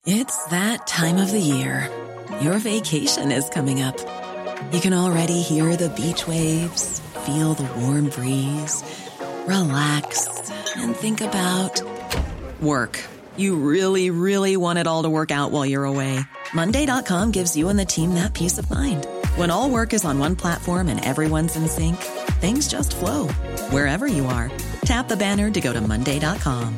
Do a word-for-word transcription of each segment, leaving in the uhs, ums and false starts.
It's that time of the year. Your vacation is coming up. You can already hear the beach waves, feel the warm breeze, relax, and think about work. You really, really want it all to work out while you're away. Monday dot com gives you and the team that peace of mind. When all work is on one platform and everyone's in sync, things just flow. Wherever you are, tap the banner to go to Monday dot com.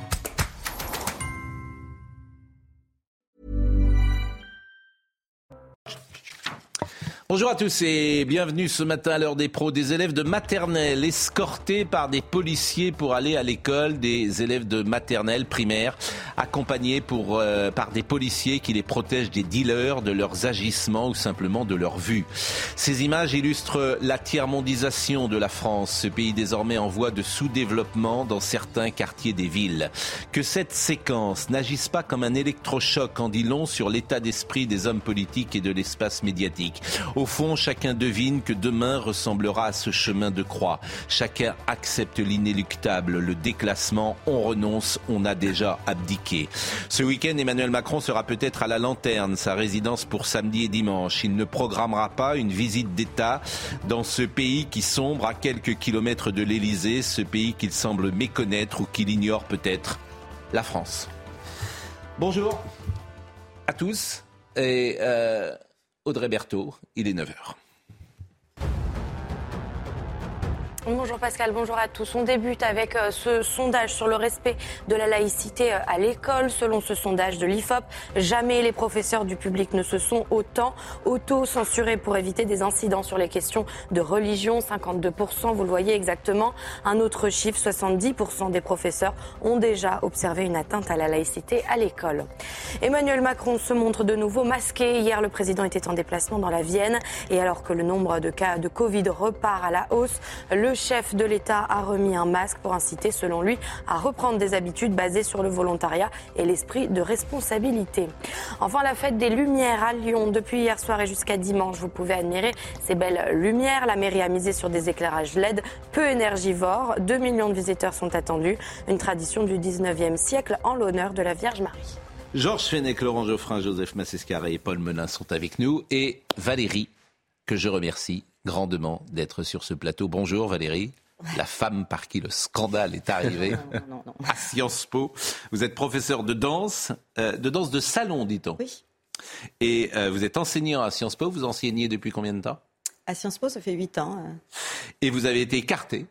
Bonjour à tous et bienvenue ce matin à l'heure des pros. Des élèves de maternelle escortés par des policiers pour aller à l'école, des élèves de maternelle primaire accompagnés pour, euh, par des policiers qui les protègent des dealers, de leurs agissements ou simplement de leur vue. Ces images illustrent la tiers-mondisation de la France, ce pays désormais en voie de sous-développement dans certains quartiers des villes. Que cette séquence n'agisse pas comme un électrochoc en dit long sur l'état d'esprit des hommes politiques et de l'espace médiatique. Au fond, chacun devine que demain ressemblera à ce chemin de croix. Chacun accepte l'inéluctable, le déclassement. On renonce, on a déjà abdiqué. Ce week-end, Emmanuel Macron sera peut-être à la Lanterne, sa résidence pour samedi et dimanche. Il ne programmera pas une visite d'État dans ce pays qui sombre à quelques kilomètres de l'Élysée, ce pays qu'il semble méconnaître ou qu'il ignore peut-être, la France. Bonjour à tous et... Euh Audrey Berthaud, il est neuf heures. Bonjour Pascal, bonjour à tous. On débute avec ce sondage sur le respect de la laïcité à l'école. Selon ce sondage de l'I F O P, jamais les professeurs du public ne se sont autant auto-censurés pour éviter des incidents sur les questions de religion. cinquante-deux pour cent, vous le voyez exactement. Un autre chiffre, soixante-dix pour cent des professeurs ont déjà observé une atteinte à la laïcité à l'école. Emmanuel Macron se montre de nouveau masqué. Hier, le président était en déplacement dans la Vienne. Et alors que le nombre de cas de Covid repart à la hausse, le Le chef de l'État a remis un masque pour inciter, selon lui, à reprendre des habitudes basées sur le volontariat et l'esprit de responsabilité. Enfin, la fête des Lumières à Lyon. Depuis hier soir et jusqu'à dimanche, vous pouvez admirer ces belles lumières. La mairie a misé sur des éclairages L E D peu énergivores. Deux millions de visiteurs sont attendus. Une tradition du dix-neuvième siècle en l'honneur de la Vierge Marie. Georges Fenech, Laurent Geoffrin, Joseph Massescaret et Paul Melun sont avec nous. Et Valérie, que je remercie grandement d'être sur ce plateau. Bonjour Valérie, la femme par qui le scandale est arrivé non, non, non, non. à Sciences Po. Vous êtes professeur de danse, euh, de danse de salon, dit-on. Oui. Et euh, vous êtes enseignant à Sciences Po. Vous enseignez depuis combien de temps ? À Sciences Po, ça fait huit ans. Et vous avez été écarté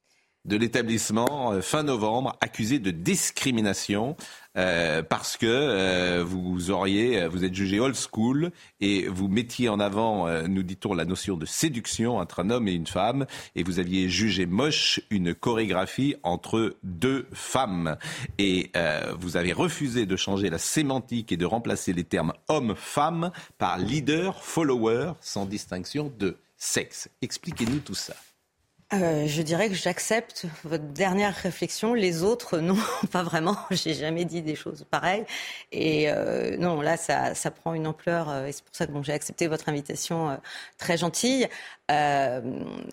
de l'établissement euh, fin novembre, accusé de discrimination euh, parce que euh, vous auriez, vous êtes jugé old school et vous mettiez en avant, euh, nous dit-on, la notion de séduction entre un homme et une femme, et vous aviez jugé moche une chorégraphie entre deux femmes. Et euh, vous avez refusé de changer la sémantique et de remplacer les termes homme-femme par leader-follower sans distinction de sexe. Expliquez-nous tout ça. Euh, je dirais que j'accepte votre dernière réflexion. Les autres, non, pas vraiment. J'ai jamais dit des choses pareilles. Et euh, non, là, ça, ça prend une ampleur. Euh, et c'est pour ça que bon, j'ai accepté votre invitation euh, très gentille. Euh,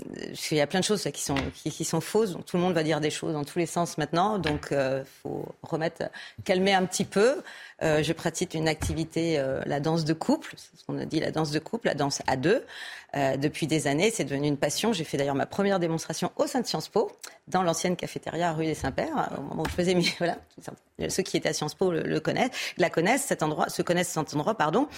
il y a plein de choses là, qui sont qui, qui sont fausses. Donc tout le monde va dire des choses dans tous les sens maintenant. Donc, euh, faut remettre, calmer un petit peu. Euh, je pratique une activité, euh, la danse de couple, c'est ce qu'on a dit, la danse de couple, la danse à deux. Euh, depuis des années, c'est devenu une passion. J'ai fait d'ailleurs ma première démonstration au sein de Sciences Po, dans l'ancienne cafétéria rue des Saints-Pères, au moment où je faisais mes... Voilà, ceux qui étaient à Sciences Po le, le connaissent, la connaissent, cet endroit, se connaissent cet endroit, pardon.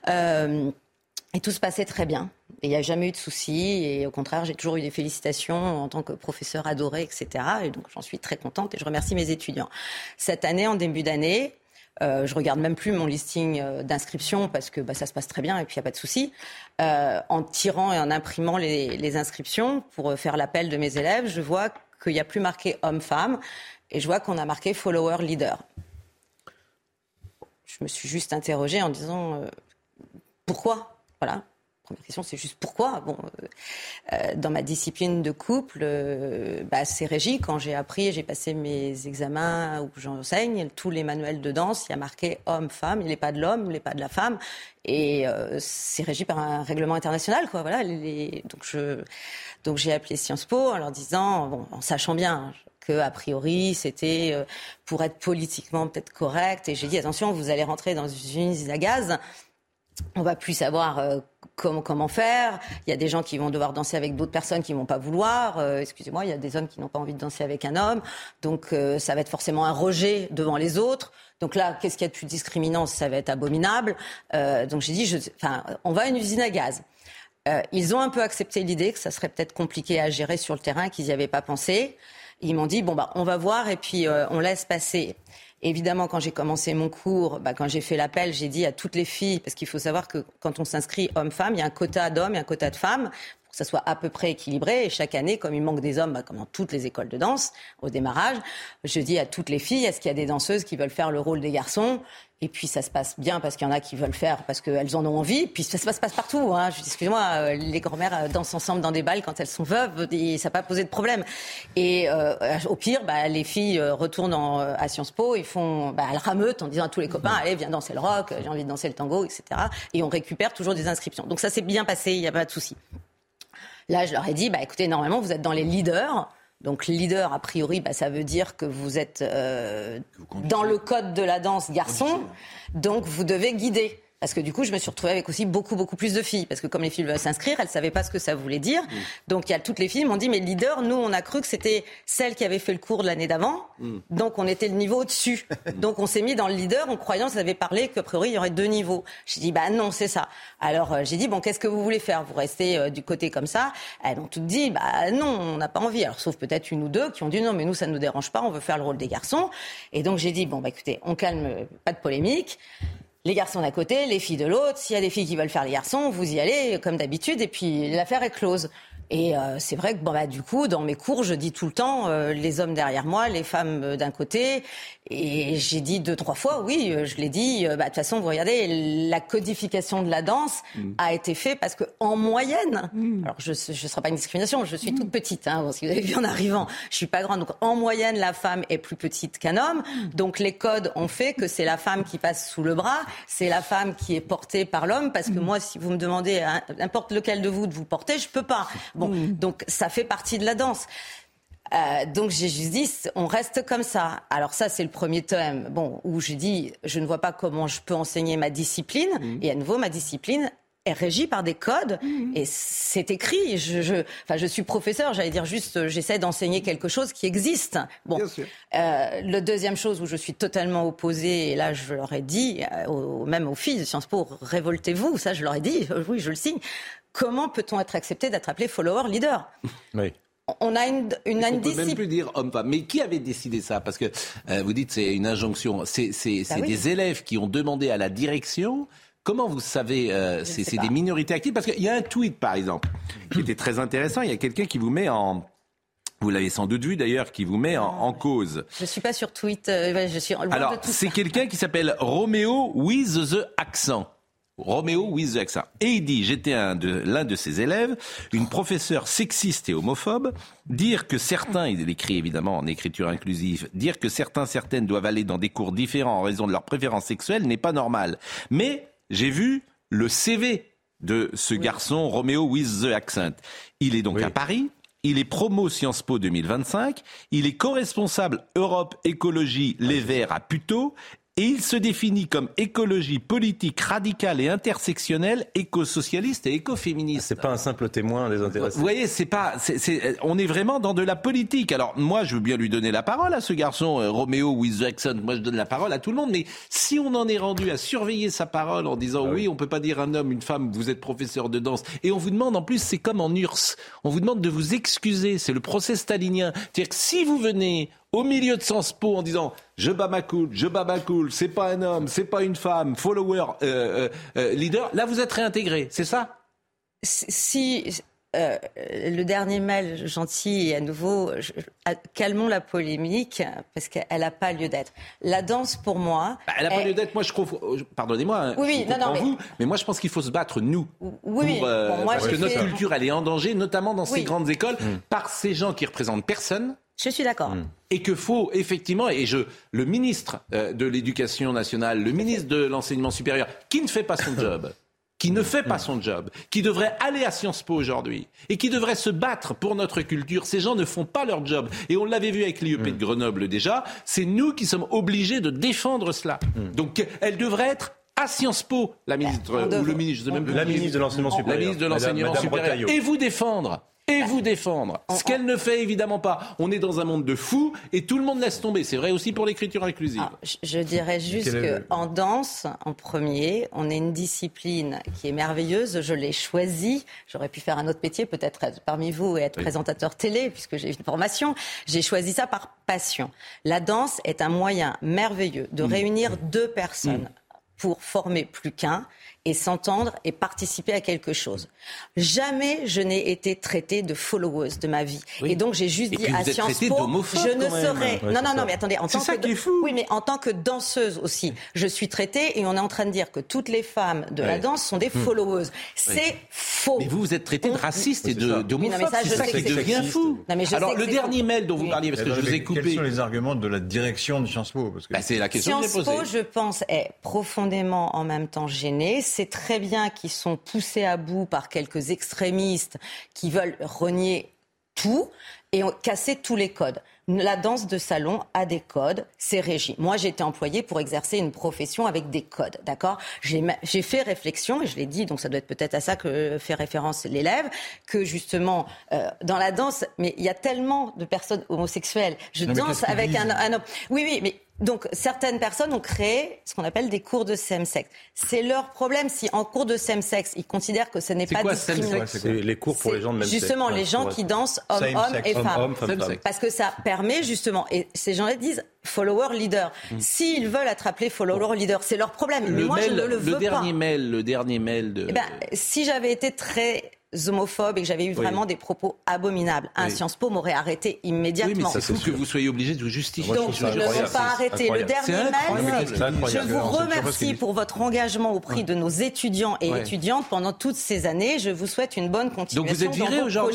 Euh, et tout se passait très bien. Et il n'y a jamais eu de soucis. Et au contraire, j'ai toujours eu des félicitations en tant que professeur adoré, et cetera. Et donc, j'en suis très contente et je remercie mes étudiants. Cette année, en début d'année... Euh, je regarde même plus mon listing euh, d'inscription parce que bah, ça se passe très bien et puis il n'y a pas de souci. Euh, en tirant et en imprimant les, les inscriptions pour faire l'appel de mes élèves, je vois qu'il n'y a plus marqué homme-femme et je vois qu'on a marqué follower-leader. Je me suis juste interrogée en disant euh, pourquoi ? Voilà. Première question, c'est juste pourquoi. Bon, euh, dans ma discipline de couple, euh, bah, c'est régi. Quand j'ai appris, j'ai passé mes examens où j'enseigne, tous les manuels de danse, il y a marqué homme-femme. Il n'est pas de l'homme, il n'est pas de la femme. Et euh, c'est régi par un règlement international, quoi. Voilà. Les... Donc, je... Donc j'ai appelé Sciences Po en leur disant, bon, en sachant bien que que a priori c'était euh, pour être politiquement peut-être correct. Et j'ai dit attention, vous allez rentrer dans une usine à gaz. On va plus savoir euh, comment, comment faire. Il y a des gens qui vont devoir danser avec d'autres personnes qui ne vont pas vouloir. Euh, excusez-moi, il y a des hommes qui n'ont pas envie de danser avec un homme. Donc euh, ça va être forcément un rejet devant les autres. Donc là, qu'est-ce qu'il y a de plus discriminant ? Ça va être abominable. Euh, donc j'ai dit, je, enfin, on va à une usine à gaz. Euh, ils ont un peu accepté l'idée que ça serait peut-être compliqué à gérer sur le terrain, qu'ils n'y avaient pas pensé. Ils m'ont dit, bon, bah, on va voir et puis euh, on laisse passer. Évidemment, quand j'ai commencé mon cours, bah, quand j'ai fait l'appel, j'ai dit à toutes les filles, parce qu'il faut savoir que quand on s'inscrit homme-femme, il y a un quota d'hommes et un quota de femmes, pour que ça soit à peu près équilibré. Et chaque année, comme il manque des hommes, bah, comme dans toutes les écoles de danse, au démarrage, je dis à toutes les filles, est-ce qu'il y a des danseuses qui veulent faire le rôle des garçons ? Et puis ça se passe bien parce qu'il y en a qui veulent faire parce qu'elles en ont envie. Puis ça se passe, passe partout. Hein. Je dis, excusez-moi, les grand-mères dansent ensemble dans des balles quand elles sont veuves et ça n'a pas posé de problème. Et euh, au pire, bah, les filles retournent en, à Sciences Po, ils font, bah, elles rameutent en disant à tous les copains, allez, viens danser le rock, j'ai envie de danser le tango, et cetera. Et on récupère toujours des inscriptions. Donc ça s'est bien passé, il n'y a pas de souci. Là, je leur ai dit, bah, écoutez, normalement, vous êtes dans les leaders. Donc leader, a priori, bah, ça veut dire que vous êtes euh, dans le code de la danse garçon, donc vous devez guider. Parce que du coup, je me suis retrouvée avec aussi beaucoup, beaucoup plus de filles. Parce que comme les filles veulent s'inscrire, elles ne savaient pas ce que ça voulait dire. Mmh. Donc, il y a toutes les filles m'ont dit, mais leader, nous, on a cru que c'était celle qui avait fait le cours de l'année d'avant. Mmh. Donc, on était le niveau au-dessus. Donc, on s'est mis dans le leader en croyant que ça avait parlé qu'a priori, il y aurait deux niveaux. J'ai dit, bah non, c'est ça. Alors, euh, j'ai dit, bon, qu'est-ce que vous voulez faire ? Vous restez euh, du côté comme ça ? Elles ont toutes dit, bah non, on n'a pas envie. Alors, sauf peut-être une ou deux qui ont dit, non, mais nous, ça ne nous dérange pas, on veut faire le rôle des garçons. Et donc, j'ai dit, bon, bah écoutez, on calme, pas de polémique. Les garçons d'un côté, les filles de l'autre. S'il y a des filles qui veulent faire les garçons, vous y allez comme d'habitude et puis l'affaire est close. Et euh, c'est vrai que bon, bah, du coup, dans mes cours, je dis tout le temps euh, les hommes derrière moi, les femmes euh, d'un côté. Et j'ai dit deux, trois fois, oui, euh, je l'ai dit. De euh, bah, toute façon, vous regardez, la codification de la danse mmh. a été faite parce qu'en moyenne, mmh. alors je ne serai pas une discrimination, je suis mmh. toute petite, hein, parce que vous avez vu en arrivant, je suis pas grande. Donc en moyenne, la femme est plus petite qu'un homme. Donc les codes ont fait que c'est la femme qui passe sous le bras, c'est la femme qui est portée par l'homme. Parce que mmh. moi, si vous me demandez à n'importe lequel de vous de vous porter, je peux pas. Bon, mmh. donc ça fait partie de la danse. Euh, donc j'ai juste dit, on reste comme ça. Alors ça, c'est le premier thème, bon, où j'ai dit, je ne vois pas comment je peux enseigner ma discipline. Mmh. Et à nouveau, ma discipline est régie par des codes. Mmh. Et c'est écrit. Je, je, enfin, je suis professeur, j'allais dire juste, j'essaie d'enseigner quelque chose qui existe. Bon. Bien sûr. Euh, le deuxième chose où je suis totalement opposée, et là, je leur ai dit, euh, au, même aux filles de Sciences Po, révoltez-vous. Ça, je leur ai dit, oui, je le signe. Comment peut-on être accepté d'être appelé follower leader ? Oui. On a une, une, on une peut discipline. même plus dire homme-femme. Mais qui avait décidé ça ? Parce que euh, vous dites c'est une injonction. C'est, c'est, bah c'est oui. des élèves qui ont demandé à la direction. Comment vous savez euh, C'est, c'est des minorités actives. Parce qu'il y a un tweet, par exemple, qui était très intéressant. Il y a quelqu'un qui vous met en... Vous l'avez sans doute vu d'ailleurs, qui vous met en, en cause. Je ne suis pas sur Twitter. Euh, je suis loin Alors, de tout c'est ça. quelqu'un qui s'appelle Roméo with the accent. Roméo with the accent. Et il dit, j'étais un de, l'un de ses élèves, une professeure sexiste et homophobe, dire que certains, il écrit évidemment en écriture inclusive, dire que certains, certaines doivent aller dans des cours différents en raison de leur préférence sexuelle n'est pas normal. Mais j'ai vu le C V de ce oui. garçon, Roméo with the accent. Il est donc oui. à Paris. Il est promo Sciences Po deux mille vingt-cinq. Il est co-responsable Europe Écologie Les Verts à Puteaux. Et il se définit comme écologie politique radicale et intersectionnelle, éco-socialiste et écoféministe. C'est pas un simple témoin des intéressés. Vous voyez, c'est pas, c'est, c'est, on est vraiment dans de la politique. Alors moi, je veux bien lui donner la parole à ce garçon, euh, Roméo with the accent. Moi, je donne la parole à tout le monde. Mais si on en est rendu à surveiller sa parole en disant ah oui, oui, on peut pas dire un homme, une femme, vous êtes professeur de danse, et on vous demande en plus, c'est comme en U R S S, on vous demande de vous excuser. C'est le procès stalinien. C'est-à-dire que si vous venez au milieu de Sciences Po en disant je bats ma cool, je bats ma cool, c'est pas un homme, c'est pas une femme, follower, euh, euh, leader, là vous êtes réintégré, c'est ça ? Si euh, le dernier mail gentil et à nouveau, je, calmons la polémique parce qu'elle n'a pas lieu d'être. La danse pour moi, bah, elle n'a pas lieu d'être. Moi je trouve, pardonnez-moi, oui, oui, je non, non, mais... vous, mais moi je pense qu'il faut se battre nous, oui, pour, euh, bon, moi, parce que fait... notre culture elle est en danger, notamment dans ces oui. grandes écoles, mmh. par ces gens qui représentent personne. Je suis d'accord. Et que faut effectivement, et je, le ministre euh, de l'Éducation nationale, le ministre de l'Enseignement supérieur, qui ne fait pas son job, qui ne fait pas son job, qui devrait aller à Sciences Po aujourd'hui et qui devrait se battre pour notre culture, ces gens ne font pas leur job. Et on l'avait vu avec l'I E P mmh. de Grenoble déjà, c'est nous qui sommes obligés de défendre cela. Mmh. Donc elle devrait être à Sciences Po, la ministre, ou le ministre, je sais même plus. La ministre de l'Enseignement supérieur. La ministre de l'Enseignement Madame, supérieur. Madame Et vous défendre. Et vous défendre. Ce qu'elle ne fait évidemment pas. On est dans un monde de fous et tout le monde laisse tomber. C'est vrai aussi pour l'écriture inclusive. Alors, je dirais juste qu'en danse, en premier, on est une discipline qui est merveilleuse. Je l'ai choisie. J'aurais pu faire un autre métier, peut-être être parmi vous et être oui. présentateur télé, puisque j'ai une formation. J'ai choisi ça par passion. La danse est un moyen merveilleux de mmh. réunir mmh. deux personnes mmh. pour former plus qu'un et s'entendre et participer à quelque chose. Jamais je n'ai été traitée de followeuse de ma vie. Oui. Et donc j'ai juste et dit à Sciences Po, je ne serai... Ouais, non, non, non, mais attendez, en c'est tant ça que... qui est fou. Oui, mais en tant que danseuse aussi, je suis traitée et on est en train de dire que toutes les femmes de ouais. la danse sont des followeuses. C'est oui. faux. Mais vous, vous êtes traitée de raciste oui, et de, d'homophobe. Oui, ça, c'est ça qui devient fou. Non, mais je Alors, sais le dernier mail dont vous oui. parliez, parce que je vous ai coupé... Quels sont les arguments de la direction de Sciences Po parce que... bah, c'est la question Sciences que j'ai posée. Po, je pense, est profondément en même temps gênée. C'est très bien qu'ils sont poussés à bout par quelques extrémistes qui veulent renier tout et casser tous les codes. La danse de salon a des codes, c'est régi. Moi, j'ai été employée pour exercer une profession avec des codes, d'accord ? J'ai, j'ai fait réflexion, et je l'ai dit, donc ça doit être peut-être à ça que fait référence l'élève, que justement, euh, dans la danse, mais il y a tellement de personnes homosexuelles. Je non, danse avec un, un homme. Oui, oui, mais... Donc, certaines personnes ont créé ce qu'on appelle des cours de same-sexe. C'est leur problème si en cours de same-sexe, ils considèrent que ce n'est c'est pas quoi, discriminant. C'est, c'est les cours pour c'est les gens de même sexe. Justement, les gens qui dansent homme-homme et homme, femme. homme, femme, femme. Parce que ça permet justement, et ces gens-là disent follower leader. Mmh. S'ils veulent être appelés follower leader, c'est leur problème. Mais le moi, mail, je ne le veux le dernier pas. Mail, le dernier mail de... Eh ben, si j'avais été très... homophobe et que j'avais eu vraiment oui. des propos abominables. Un oui. Sciences Po m'aurait arrêté immédiatement. Oui, mais c'est fou que vous soyez obligé de vous justifier. Donc, je ne veux pas arrêter. Le dernier mail, je vous remercie pour votre engagement auprès ouais. de nos étudiants et ouais. étudiantes pendant toutes ces années. Je vous souhaite une bonne continuation. Donc vous êtes viré aujourd'hui ?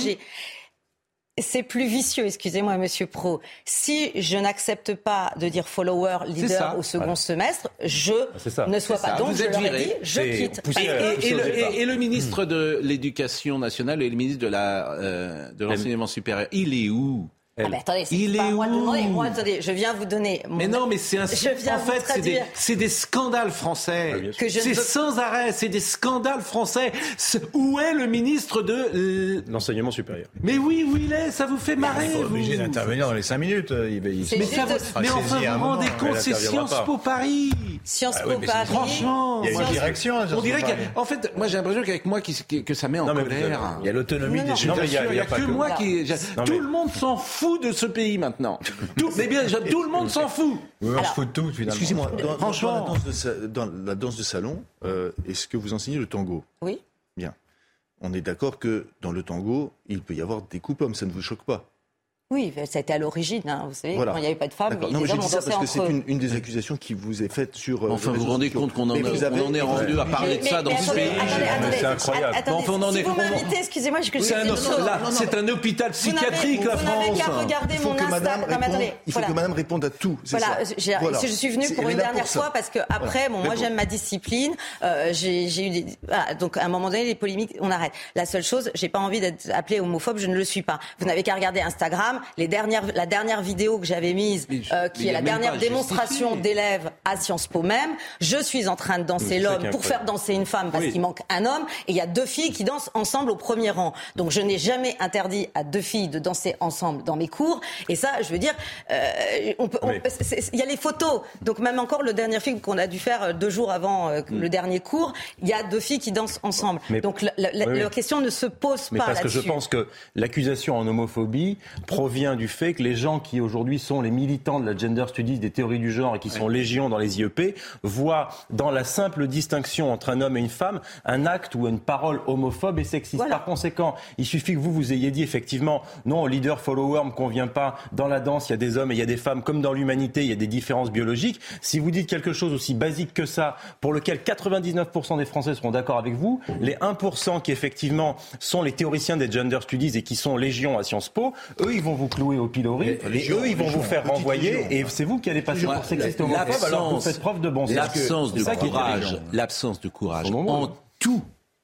C'est plus vicieux, excusez-moi, Monsieur Pro. Si je n'accepte pas de dire follower, leader au second voilà. semestre, je ne sois pas. Donc, vous je êtes leur ai viré. dit, je C'est quitte. Et, et, et, le, et, et le ministre de l'Éducation nationale et le ministre de, la, euh, de l'Enseignement supérieur, il est où ? Ah ben attendez, c'est il pas est à moi de où demander. Moi, attendez, je viens vous donner. Mon... Mais non, mais c'est un. Je viens en fait, c'est des, c'est des scandales français. Ah, que je c'est veux... sans arrêt, c'est des scandales français. C'est... Où est le ministre de l'Enseignement supérieur ? Mais oui, où il est ? Ça vous fait marrer, vous ? Il est obligé d'intervenir dans les cinq minutes. Il, il... Mais, ça, vous... mais enfin, vous vous rendez compte, c'est Sciences Po Paris. Sciences Po ah, oui, Paris. Franchement, il y a une direction. On dirait qu'en fait, moi, j'ai l'impression qu'avec moi, que ça met en non, colère. Il y a l'autonomie des gens. Il y a que moi qui. Tout le monde s'en fout de ce pays maintenant. Tout, mais bien, tout le monde s'en fout. Oui, on Alors, se fout de tout, finalement. Excusez-moi, dans, Franchement, dans, la danse de, dans la danse de salon, euh, est-ce que vous enseignez le tango ? Oui. Bien. On est d'accord que dans le tango, il peut y avoir des coupes hommes, ça ne vous choque pas ? Oui, ça a été à l'origine, hein, vous savez, voilà. quand il n'y avait pas de femmes, mais les non, hommes ont dansé parce que entre c'est eux. une, une des accusations qui vous est faite sur... Euh, enfin, vous vous rendez compte qu'on en, a, avez, on en est rendu à parler mais, de ça dans ce pays. Attendez, attendez, c'est incroyable. Attendez, enfin, on en si est, vous m'invitez, excusez-moi, je, je c'est, un, là, non, non, c'est un hôpital psychiatrique, vous la vous France. Vous n'avez qu'à regarder mon Insta. Il faut que madame réponde à tout. Voilà, je suis venue pour une dernière fois parce que après, bon, moi j'aime ma discipline. J'ai eu des... Donc, à un moment donné, les polémiques, on arrête. La seule chose, j'ai pas envie d'être appelée homophobe, je ne le suis pas. Vous n'avez qu'à regarder Instagram, les dernières la dernière vidéo que j'avais mise, euh, qui est la dernière démonstration justifié. d'élèves à Sciences Po même, je suis en train de danser l'homme pour faire danser une femme parce oui. qu'il manque un homme, et il y a deux filles qui dansent ensemble au premier rang. Donc je n'ai jamais interdit à deux filles de danser ensemble dans mes cours, et ça, je veux dire, euh, on peut, on, oui. il y a les photos. Donc même encore le dernier film qu'on a dû faire deux jours avant euh, mm. le dernier cours, il y a deux filles qui dansent ensemble. Mais, Donc la, la, oui, la oui. question ne se pose mais pas parce là-dessus. Que je pense que l'accusation en homophobie provient du fait que les gens qui aujourd'hui sont les militants de la gender studies, des théories du genre et qui sont légion dans les I E P, voient dans la simple distinction entre un homme et une femme un acte ou une parole homophobe et sexiste. Voilà. Par conséquent, il suffit que vous vous ayez dit effectivement non, leader follower me convient pas. Dans la danse, il y a des hommes et il y a des femmes, comme dans l'humanité, il y a des différences biologiques. Si vous dites quelque chose aussi basique que ça, pour lequel quatre-vingt-dix-neuf pour cent des Français seront d'accord avec vous, les un pour cent qui effectivement sont les théoriciens des gender studies et qui sont légion à Sciences Po, eux ils vont vous clouer au pilori et, et eux ils vont vous faire renvoyer et c'est vous qui allez passer pour sexiste homophobe alors que vous faites preuve de bon sens. L'absence de courage, l'absence de courage en tout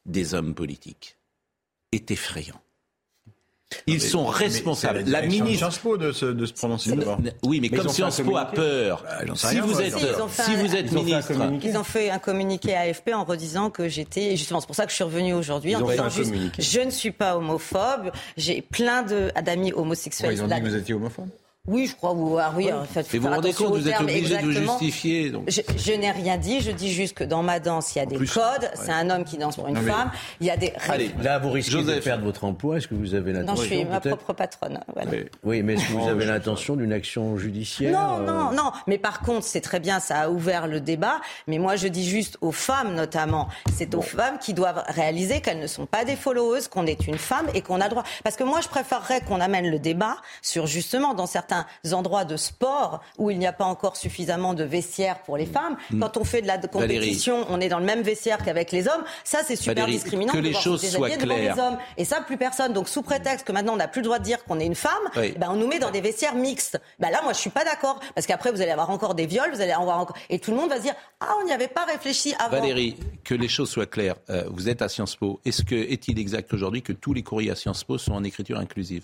des hommes politiques est effrayant. Ils sont Mais responsables. c'est La direction de ministre. Sciences Po de se, de se prononcer d'abord. Oui, mais, Mais comme ils ont fait Sciences un Po a communiqué. peur, Bah, j'en sais si rien, vous moi, êtes, j'en- Si, ils ont fait si un- vous êtes Ils ont fait un ministre, communiqué. Ils ont fait un communiqué à A F P en redisant que j'étais, et justement c'est pour ça que je suis revenue aujourd'hui, Ils en ont fait disant un juste, communiqué. je ne suis pas homophobe, j'ai plein de, d'amis homosexuels. Ouais, ils ont dit Là- que vous étiez homophobe. Oui, je crois, ou, ah, oui, en fait, faut mais vous vous faire rendez attention compte, aux vous êtes termes, obligé de vous exactement. justifier. Donc. Je, je n'ai rien dit, je dis juste que dans ma danse, il y a des plus, codes, ouais. c'est un homme qui danse pour une Non, mais- femme, il y a des Allez, règles. Là, vous risquez Joseph. de perdre votre emploi. Est-ce que vous avez Non, l'intention je suis ma peut-être propre patronne. Voilà. Mais- Oui, mais est-ce que vous avez l'intention d'une action judiciaire Non, euh, non, non. Mais par contre, c'est très bien, ça a ouvert le débat. Mais moi, je dis juste aux femmes, notamment, c'est aux femmes qui doivent réaliser qu'elles ne sont pas des followers, qu'on est une femme et qu'on a droit. Parce que moi, je préférerais qu'on amène le débat sur justement dans certains endroits de sport où il n'y a pas encore suffisamment de vestiaires pour les femmes. Quand on fait de la compétition, on est dans le même vestiaire qu'avec les hommes. Ça, c'est super Valérie, discriminant. que de les devoir choses se soient déshabiller devant claires. les hommes. Et ça, plus personne. Donc, sous prétexte que maintenant on n'a plus le droit de dire qu'on est une femme, Oui. eh ben, on nous met dans des vestiaires mixtes. Ben là, moi, je suis pas d'accord. Parce qu'après, vous allez avoir encore des viols, vous allez avoir encore. Et tout le monde va se dire, ah, on n'y avait pas réfléchi avant. Valérie, que les choses soient claires. Euh, vous êtes à Sciences Po. Est-ce que est-il exact aujourd'hui que tous les courriers à Sciences Po sont en écriture inclusive?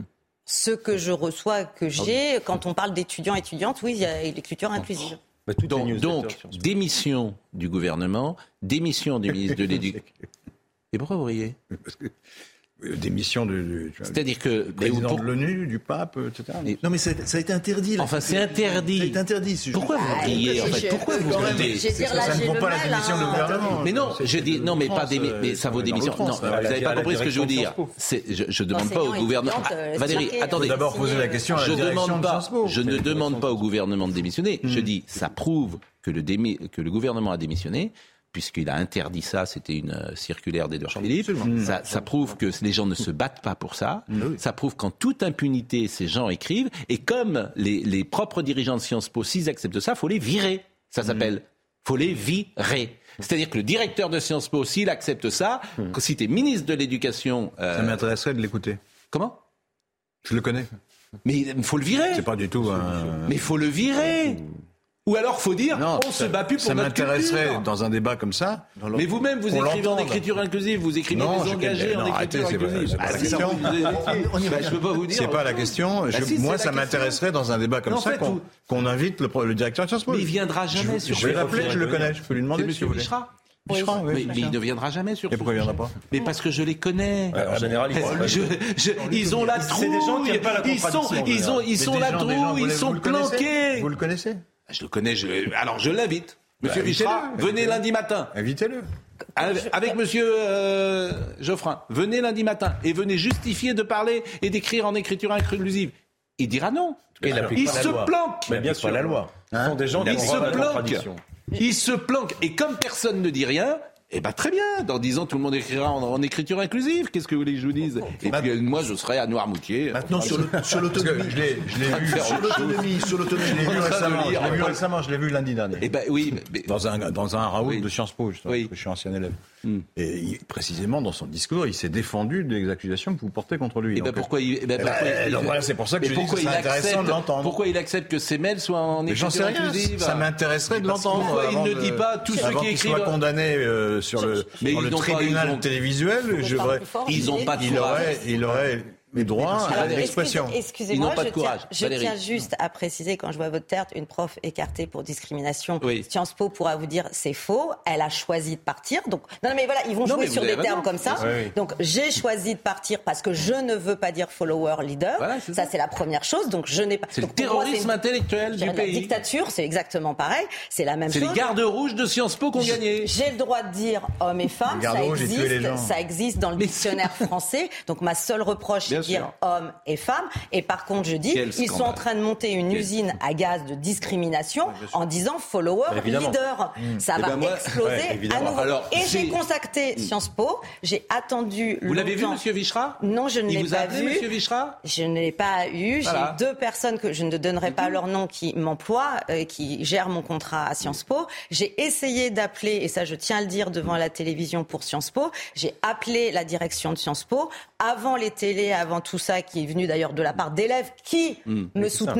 Ce que je reçois, que j'ai, quand on parle d'étudiants, étudiantes, oui, il y a l'écriture inclusive. Bah, toutes les Donc, newsletters donc Sciences Po. démission du gouvernement, démission du ministre de l'Éducation. Et pourquoi vous riez? Parce que euh, démission du, du tu vois, C'est-à-dire que... du président mais pour- de l'ONU, du pape, et cetera. Mais- Non, mais ça, ça a été interdit. Là. Enfin, c'est interdit. Ça a été interdit. c'est Pourquoi juste- vous riez en fait? je- Pourquoi vous quand même- riez? Je veux dire, là, ça ne j'ai vaut le pas la mal, démission hein. du gouvernement. Mais non, C'est- je dis non, mais pas France, des, euh, mais ça vaut dans démission. l'autre Non, sens, vous là. À la- n'avez à pas la compris ce que je veux direction de dire. Sciences Po. C'est, je, je demande pas au Enseignants, gouvernement. étudiantes, euh, Ah, Valérie, signer, attendez. Faut d'abord poser la question à la Je direction demande de pas. Sciences Po. Je ne demande pas au gouvernement de démissionner. Je dis, ça prouve que le, démi- que le gouvernement a démissionné. Puisqu'il a interdit ça, c'était une euh, circulaire d'Édouard Philippe. Ça, ça prouve que les gens ne se battent pas pour ça. Ça prouve qu'en toute impunité, ces gens écrivent. Et comme les, les propres dirigeants de Sciences Po, s'ils acceptent ça, faut les virer. Ça s'appelle, faut les virer. C'est-à-dire que le directeur de Sciences Po, s'il accepte ça, que si tu es ministre de l'Éducation, euh, Ça m'intéresserait de l'écouter. comment? Je le connais. Mais il faut le virer. C'est pas du tout un... Mais il faut le virer. Ou alors faut dire, Non, on ça- se bat plus pour ça notre m'intéresserait culture. dans un débat comme ça. Mais vous-même, vous qu'on écrivez en l'entende. écriture inclusive, vous écrivez Non, des je- engagés non, en arrêtez, écriture c'est pas- inclusive. c'est pas la Ah, si, question. vous- vous- bah, je peux pas vous dire. C'est pas la question. Bah Je- si, moi, c'est ça la m'intéresserait dans un débat comme Mais en ça fait, qu'on vous- qu'on invite le, pro- le directeur de Sciences Po. Mais il viendra jamais je, sur je vais France l'appeler, Info. je le connais, je peux lui C'est demander si Monsieur vous voulez. Bichra. Bichra, oui. Mais, mais il ne viendra jamais sur Et pourquoi il viendra pas Mais parce que je les connais. Ouais, en général, ils sont- Je- je- ils ont la C'est trouille. des gens qui aiment pas la Ils sont, contradiction, ils ont, ils Mais sont des la gens- des gens, trouille, vous ils le- sont vous le connaissez planqués. Vous le connaissez Je le connais. Je... Alors je l'invite. Monsieur Bah, Bichra, invitez-le, venez invitez-le. lundi matin. Invitez-le. Avec, avec monsieur euh, Geoffrin, venez lundi matin et venez justifier de parler et d'écrire en écriture inclusive. Il dira non. Et il applique Il pas la se loi. planque. Mais bien pas sûr, la loi. Ce sont des gens qui Il ont se la planque. contradiction. Il se planque. Et comme personne ne dit rien, eh ben très bien. Dans dix ans, tout le monde écrira en, en écriture inclusive. Qu'est-ce que vous voulez que je vous dise? Et puis euh, moi, je serai à Noirmoutier. Maintenant, sur le- sur Parce que l'autonomie. je l'ai je l'ai vu Sur l'autonomie, sur je l'autonomie. l'ai vu en train de récemment. Je lire. l'ai vu récemment, je l'ai vu lundi dernier. Eh ben oui, mais- mais- Dans un, dans un raout Oui. de Sciences Po, justement, Oui. parce que je suis ancien élève. Hmm. Et il- précisément, dans son discours, il s'est défendu des accusations que vous portez contre lui. eh ben Donc, pourquoi il, eh ben eh pourquoi ben, il- donc voilà, c'est pour ça que mais je dis que pourquoi c'est il intéressant accepte- de l'entendre. Pourquoi il accepte que ses mails soient en Mais j'en écriture sais rien, inclusive? ça m'intéresserait de l'entendre. Pourquoi il avant ne de- dit pas tous ceux avant qui qu'il écrivent- soit condamné euh, sur le, Mais dans ils le n'ont pas- tribunal ils ont- télévisuel, je parle vrai, plus fort, Ils n'ont pas de il courage. aurait, il aurait le droit à Alors, l'expression. excusez- Excusez-moi, Ils n'ont pas de je, tiens, courage. je Valérie. tiens juste à préciser, quand je vois votre tête, une prof écartée pour discrimination. Oui. Sciences Po pourra vous dire c'est faux, elle a choisi de partir. Donc, non, mais voilà, ils vont Non, mais jouer vous sur avez des raison. termes comme ça. Oui, oui. Donc, j'ai choisi de partir parce que je ne veux pas dire follower, leader. Voilà, c'est ça, ça. c'est la première chose. Donc, je n'ai pas. C'est le donc, pour moi, c'est terrorisme une- intellectuel je du dirais La pays. dictature, c'est exactement pareil. C'est la même C'est chose. les gardes rouges de Sciences Po qui ont gagné. J'ai le droit de dire hommes et femmes, Les gardes ça rouges, j'ai tué les existe, gens. ça existe dans le Mais dictionnaire français. Donc ma seule reproche, c'est Bien de dire sûr. hommes et femmes. Et par contre, je dis, Quel ils sont scandale. en train de monter une Quel usine à gaz de discrimination en disant follower, Bah, évidemment. leader. Ça Eh va ben moi- exploser ouais, à évidemment. nouveau. Alors, et si- j'ai contacté Sciences Po, j'ai attendu Vous l'avez vu, longtemps. monsieur Vichra? Non, je ne Il l'ai vous a pas appelé, vu. monsieur Vichra? Je ne l'ai pas eu. Voilà. J'ai deux personnes que je ne donnerai pas leur nom qui m'emploient, euh, qui gèrent mon contrat à Sciences Po. J'ai essayé d'appeler, et ça je tiens à le dire devant la télévision pour Sciences Po, j'ai appelé la direction de Sciences Po, avant les télés, avant tout ça, qui est venu d'ailleurs de la part d'élèves qui me soutenaient.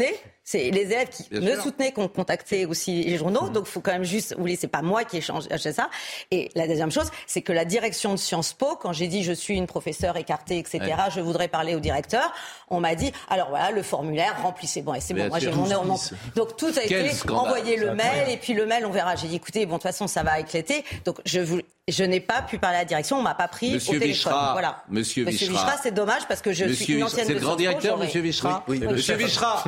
C'est les élèves qui Bien me sûr. soutenaient, qui ont contacté aussi les journaux. Donc, il faut quand même juste, vous voulez, c'est pas moi qui ai changé ça. Et la deuxième chose, c'est que la direction de Sciences Po, quand j'ai dit je suis une professeure écartée, et cetera, ouais. je voudrais parler au directeur, on m'a dit, alors voilà, le formulaire, remplissez. Bon, et c'est Bien bon, moi sûr. j'ai mon nom. Donc, tout a Quel été scandale. envoyé le mail, et puis le mail, on verra. J'ai dit, écoutez, bon, de toute façon, ça va éclater. Donc, je vous, je n'ai pas pu parler à la direction, on m'a pas pris Monsieur au téléphone. Vichra, Voilà. Monsieur Monsieur Vichra. Vichra, c'est dommage parce que je Monsieur suis une Vichra, ancienne c'est de le grand Sciences Po, directeur, j'aurais- Monsieur Vichra. Oui, oui. Monsieur Vichra.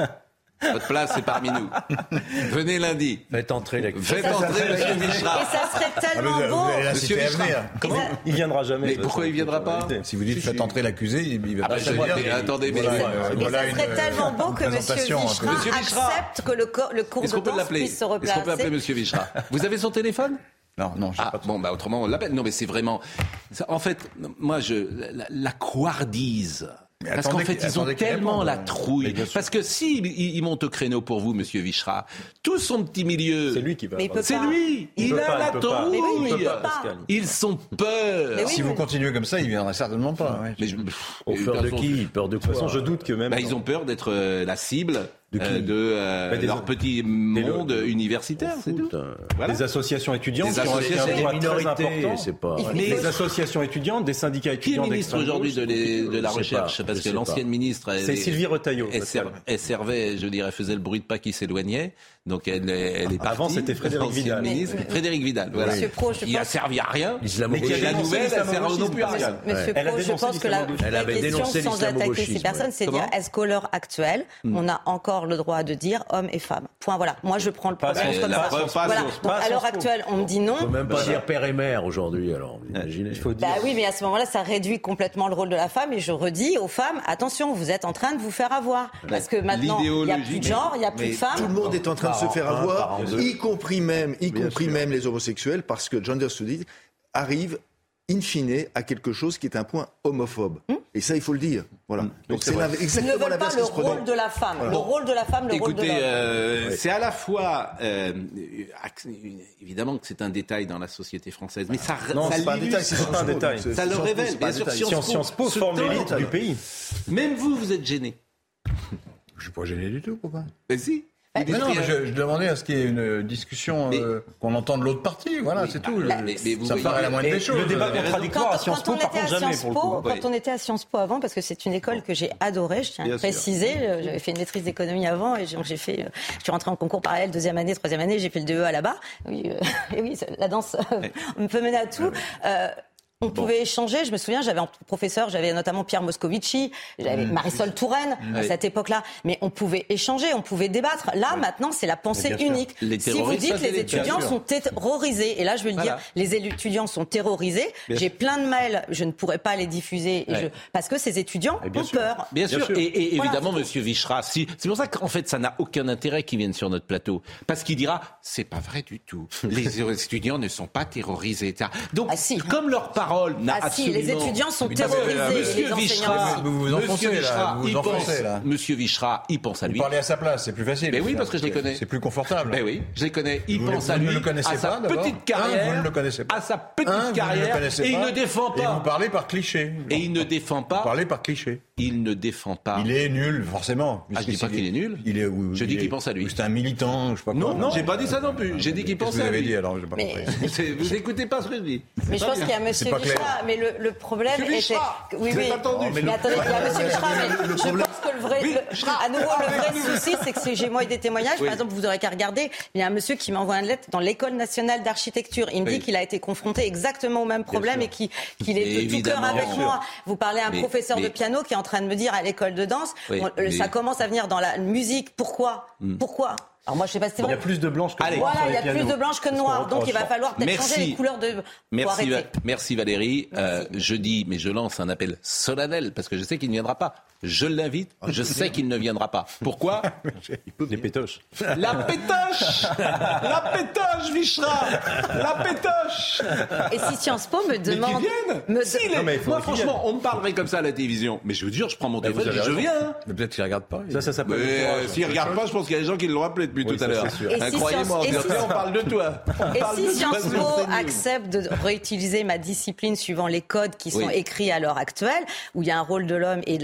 Votre place est parmi nous. Venez lundi. Faites entrer la Faites entrer Monsieur Et Vichra. ça serait Ah, mais tellement vous, beau. vous allez Monsieur l'inciter à Vichra. venir. Comment Il viendra jamais. Mais de pourquoi toute il viendra façon, pas Si vous dites faites entrer l'accusé, il il va Ah pas bah, se c'est moi, dire. mais attendez, mais Voilà, c'est- euh, Et voilà ça serait une, tellement beau que Monsieur présentation, Vichra Monsieur Vichra. accepte que le, co- le cours Est-ce de qu'on peut danse l'appeler puisse se Est-ce qu'on peut appeler replacer. Monsieur Vichra Vous avez son téléphone Non, non, je sais Ah, pas. bon, bah autrement on l'appelle. Non, mais c'est vraiment. ça- En fait, moi, je la, la couardise. Mais Parce attendez qu'en fait, qu'il- ils ont attendez qu'il tellement réponde. la trouille. Parce que s'il il, il monte au créneau pour vous, Monsieur Vichra, tout son petit milieu. C'est lui qui va. Mais il peut C'est pas. lui. Il Il, peut a pas, la il peut pas. trouille. Mais oui, mais il peut pas. Pascal. Ils sont peur. Mais oui, Si mais- vous continuez comme ça, il viendra certainement pas. ouais. Mais je- Au de peur toute de façon, qui Peur de De toute quoi façon, je doute que même. bah, ils ont peur d'être euh, la cible De qui euh, de euh, Bah, des- leur petit des- monde universitaire, c'est tout. Foot, hein. Voilà. Des associations étudiantes Des qui ont associations, un des poids très minorités, important. c'est pas. Il faut- Mais- Des associations étudiantes, des syndicats Qui est étudiants. ministre d'extrême aujourd'hui gauche, de, les- de la Je sais recherche pas, Parce je que sais l'ancienne pas. ministre, elle, C'est Sylvie Retailleau. elle, ser- elle servait, je dirais, faisait le bruit de pas qui s'éloignait. Donc elle, elle est partie. Avant, c'était Frédéric L'ancienne Vidal. ministre, Mais- Frédéric Vidal. Voilà. Monsieur Pro, je Il a pense- servi à rien. L'islamo-gauche. Mais qui a la dénoncé nouvelle, elle sert l'islamo-gauchisme, non plus à rien. Pascal. Monsieur Elle a Pro, je dénoncé pense que la l'islamo-gauchisme. Elle avait vraie question, dénoncé sans attaquer ces l'islamo-gauchisme, personnes, ouais. c'est Comment dire est-ce qu'à l'heure actuelle, on a encore le droit de dire hommes et femmes. Point. Voilà. Moi, je prends le Pas problème à comme la ça. preuve, pas à Voilà. Sciences Po. Donc, Pas à à l'heure Sciences Po. actuelle, on me dit non. On peut même pas dire père et mère aujourd'hui, alors vous imaginez. Il faut dire. Bah oui, mais à ce moment-là, ça réduit complètement le rôle de la femme. Et je redis aux femmes, attention, vous êtes en train de vous faire avoir. Parce que maintenant, il n'y a plus de genre, il n'y a plus Mais de femmes. tout le monde est en train de se faire Par an, avoir, par an, deux. y compris même, y compris même les homosexuels, parce que Gender Studies arrive in fine à quelque chose qui est un point homophobe. Et ça, il faut le dire. Voilà. Donc c'est c'est vrai. la- Ils ne exactement veulent pas l'inverse le qui se produit. rôle de la femme. Voilà. Le rôle de la femme, le rôle de Écoutez, l'homme. euh, c'est à la fois euh, ac- évidemment que c'est un détail dans la société française, mais ça, Non, ça c'est pas un l'illustre. détail, c'est pas un détail. C'est- Ça le Sciences Po, révèle. c'est pas un Bien sûr, détail. Sciences Sciences, Sciences Po se forme tord. l'élite du pays. Même vous, vous êtes gêné. Je suis pas gêné du tout, pourquoi Mais si. Mais non, mais je, je demandais à ce qu'il y ait une discussion, Mais- euh, qu'on entende l'autre partie, voilà, Oui, c'est bah, tout. là, Je- mais- mais vous ça me voyez- paraît la moindre Et des choses. le débat Vous avez contradictoire à Sciences Quand Po, on par était à contre, jamais Sciences pour le Po, coup. Oui. quand on était à Sciences Po avant, parce que c'est une école que j'ai adorée, je tiens à Bien sûr. préciser, euh, j'avais fait une maîtrise d'économie avant et donc j'ai fait, euh, je suis rentrée en concours parallèle deuxième année, troisième année, j'ai fait le D E A là-bas. Oui, euh, et oui, la danse euh, me peut mener à tout. Euh, on pouvait échanger. Je me souviens, j'avais un professeur, j'avais notamment Pierre Moscovici, j'avais Marisol Touraine à Oui. cette époque-là. Mais on pouvait échanger, on pouvait débattre. Là, maintenant, c'est la pensée bien sûr. unique. Les Si vous terroristes, dites ça, c'est les les- étudiants bien sûr. sont terrorisés, et là, je vais le Voilà. dire, les étudiants sont terrorisés. Bien J'ai sûr. plein de mails, je ne pourrais pas les diffuser et Ouais. je- parce que ces étudiants Et bien ont sûr. peur. Bien, Bien sûr, sûr. et, et Voilà, évidemment, c'est tout. Monsieur Vichra, si, c'est pour ça qu'en fait, ça n'a aucun intérêt qu'ils viennent sur notre plateau, parce qu'il dira, c'est pas vrai du tout. Les étudiants ne sont pas terrorisés, et cetera. Donc, Ah, si. comme leur parole n'a Ah si, absolument. les étudiants sont Mais terrorisés, euh, et Monsieur les enseignants Vichra, aussi. Vous vous Monsieur enfoncez, là, Vichra, vous vous il enfoncez, pense- là. Monsieur Vichra, il pense à lui. Vous parlez à sa place, c'est plus facile. Mais oui, parce que je les connais. C'est plus confortable. Ben oui, je les connais. Il Vous pense le- à vous lui, ne le connaissez à sa pas, d'abord petite Un, carrière, vous ne le connaissez pas. à sa petite Un, vous ne le carrière, connaissez et il pas. ne défend Et pas. vous parlez par cliché. Et il ne défend Vous pas. parlez par cliché. Il ne défend pas. Il est nul, forcément. Ah, je dis pas qu'il est nul. Il est, ou- Je il dis est- qu'il pense à lui. ou c'est un militant, je sais pas Non, quoi. non, j'ai pas dit ça non plus. J'ai dit qu'il Qu'est-ce pensait que vous à avez lui. dit alors, j'ai pas Mais- compris. C'est- Vous écoutez pas ce que je dis. Mais je Pas pense bien. qu'il y a Monsieur pas clair. Vichra, mais le, le problème Monsieur était... Vichra, Oui, vous oui. avez entendu. Mais attendez, il y a Monsieur Vichra, mais le je problème- pense que le vrai... Oui, le- à nouveau, le vrai souci, c'est que c'est- j'ai moi eu des témoignages. Oui. Par exemple, vous aurez qu'à regarder, il y a un monsieur qui m'envoie une lettre dans l'École nationale d'architecture. Il me Oui. dit qu'il a été confronté exactement au même problème sûr. et qu'il qu'il est de tout Évidemment. cœur avec Bien sûr. moi. Vous parlez à un Mais- professeur de mais- piano qui est en train de me dire à l'école de danse, Oui, on- euh, mais- ça commence à venir dans la musique. Pourquoi Pourquoi Alors moi, je sais pas si c'est Il y vrai. a plus de blanches que de Allez. noirs Voilà, sur il y a les plus pianos. de blanches que de C'est ce qu'on noires. Donc il va reproche. falloir peut-être Merci. changer les couleurs de... Faut Merci, arrêter. Va- merci Valérie. Euh, je dis, mais je lance un appel solennel parce que je sais qu'il ne viendra pas. Je l'invite. Je sais qu'il ne viendra pas. Pourquoi Les pétoches. La pétoche, la pétoche, Vichra, la pétoche. Et si Sciences Po me Mais qu'ils demande... viennent. me Si, de- les- Non, mais il faut Moi, qu'ils franchement, on me parlerait comme ça à la télévision. Mais je vous jure, je prends mon téléphone, vous je dis, avez je raison. viens. Mais peut-être qu'il regarde pas. Ça, ça s'appelle le Mais courage. euh, s'ils regardent pas, je pense qu'il y a des gens qui l'ont appelé depuis Oui, tout à ça, l'heure. c'est sûr. Et si Croyez-moi, Sciences- et on dit, si- on parle de toi. On Et parle de si toi Sciences sur Po CNews. accepte de réutiliser ma discipline suivant les codes qui sont Oui. écrits à l'heure actuelle, où il y a un rôle de l'homme et de la femme Ouais.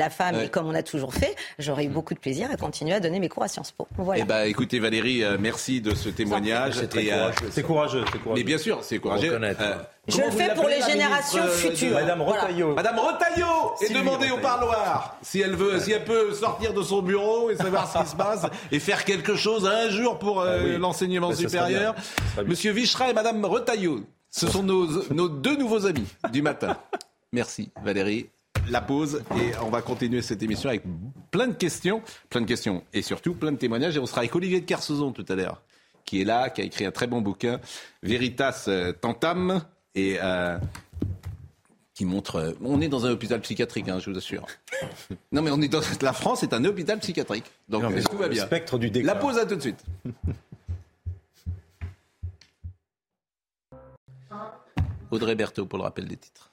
Et comme on a toujours fait, j'aurais eu beaucoup de plaisir à continuer à donner mes cours à Sciences Po. Voilà. Eh ben, écoutez Valérie, euh, merci de ce témoignage. C'est très Et, courageux. euh, C'est courageux, c'est courageux. Mais bien sûr, c'est courageux. Euh, Je comment le vous fais pour l'appelez, les la générations ministre, euh, futures. de- Madame Voilà. Retailleau. Madame Retailleau est Sylvie demandée au Retailleau. parloir si elle veut, si elle peut sortir de son bureau et savoir ce qui se passe et faire quelque chose un jour pour euh, Ah oui. l'enseignement Mais ce serait supérieur. bien. Ce serait bien. Monsieur Vichera et Madame Retailleau, ce sont nos, nos deux nouveaux amis du matin. Merci Valérie. La pause et on va continuer cette émission avec plein de questions, plein de questions et surtout plein de témoignages. Et on sera avec Olivier de Kersauzon tout à l'heure, qui est là, qui a écrit un très bon bouquin, Veritas euh, Tantam, et euh, qui montre. Euh, on est dans un hôpital psychiatrique, hein, je vous assure. Non, mais on est dans la France est un hôpital psychiatrique, donc Non, mais tout va le bien. spectre du déclin. La pause, à tout de suite. Audrey Berthaud pour le rappel des titres.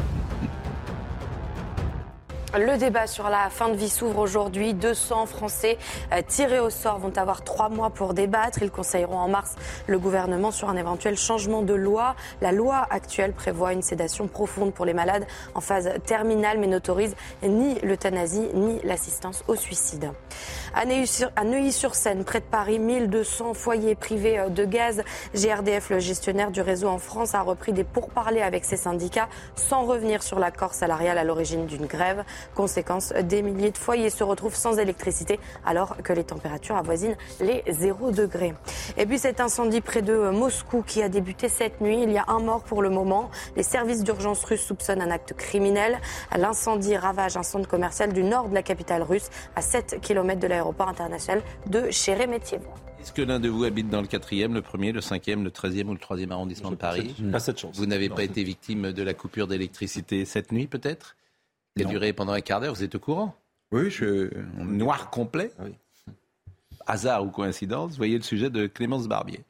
Le débat sur la fin de vie s'ouvre aujourd'hui. deux cents Français euh, tirés au sort vont avoir trois mois pour débattre. Ils conseilleront en mars le gouvernement sur un éventuel changement de loi. La loi actuelle prévoit une sédation profonde pour les malades en phase terminale, mais n'autorise ni l'euthanasie ni l'assistance au suicide. À Neuilly-sur-Seine, près de Paris, mille deux cents foyers privés de gaz. G R D F, le gestionnaire du réseau en France, a repris des pourparlers avec ses syndicats sans revenir sur l'accord salarial à l'origine d'une grève. Conséquence, des milliers de foyers se retrouvent sans électricité alors que les températures avoisinent les zéro degré. Et puis cet incendie près de Moscou qui a débuté cette nuit. Il y a un mort pour le moment. Les services d'urgence russes soupçonnent un acte criminel. L'incendie ravage un centre commercial du nord de la capitale russe à sept kilomètres de l'aéroport international de Sheremetyevo. Est-ce que l'un de vous habite dans le quatrième, le premier, le cinquième, le treizième ou le troisième arrondissement de Paris ? Pas cette chance. Vous n'avez pas été victime de la coupure d'électricité cette nuit, peut-être ? Qui a Non. duré pendant un quart d'heure, vous êtes au courant ? Oui, je... on... Noir complet ? Oui. Hasard ou coïncidence ? Voyez le sujet de Clémence Barbier.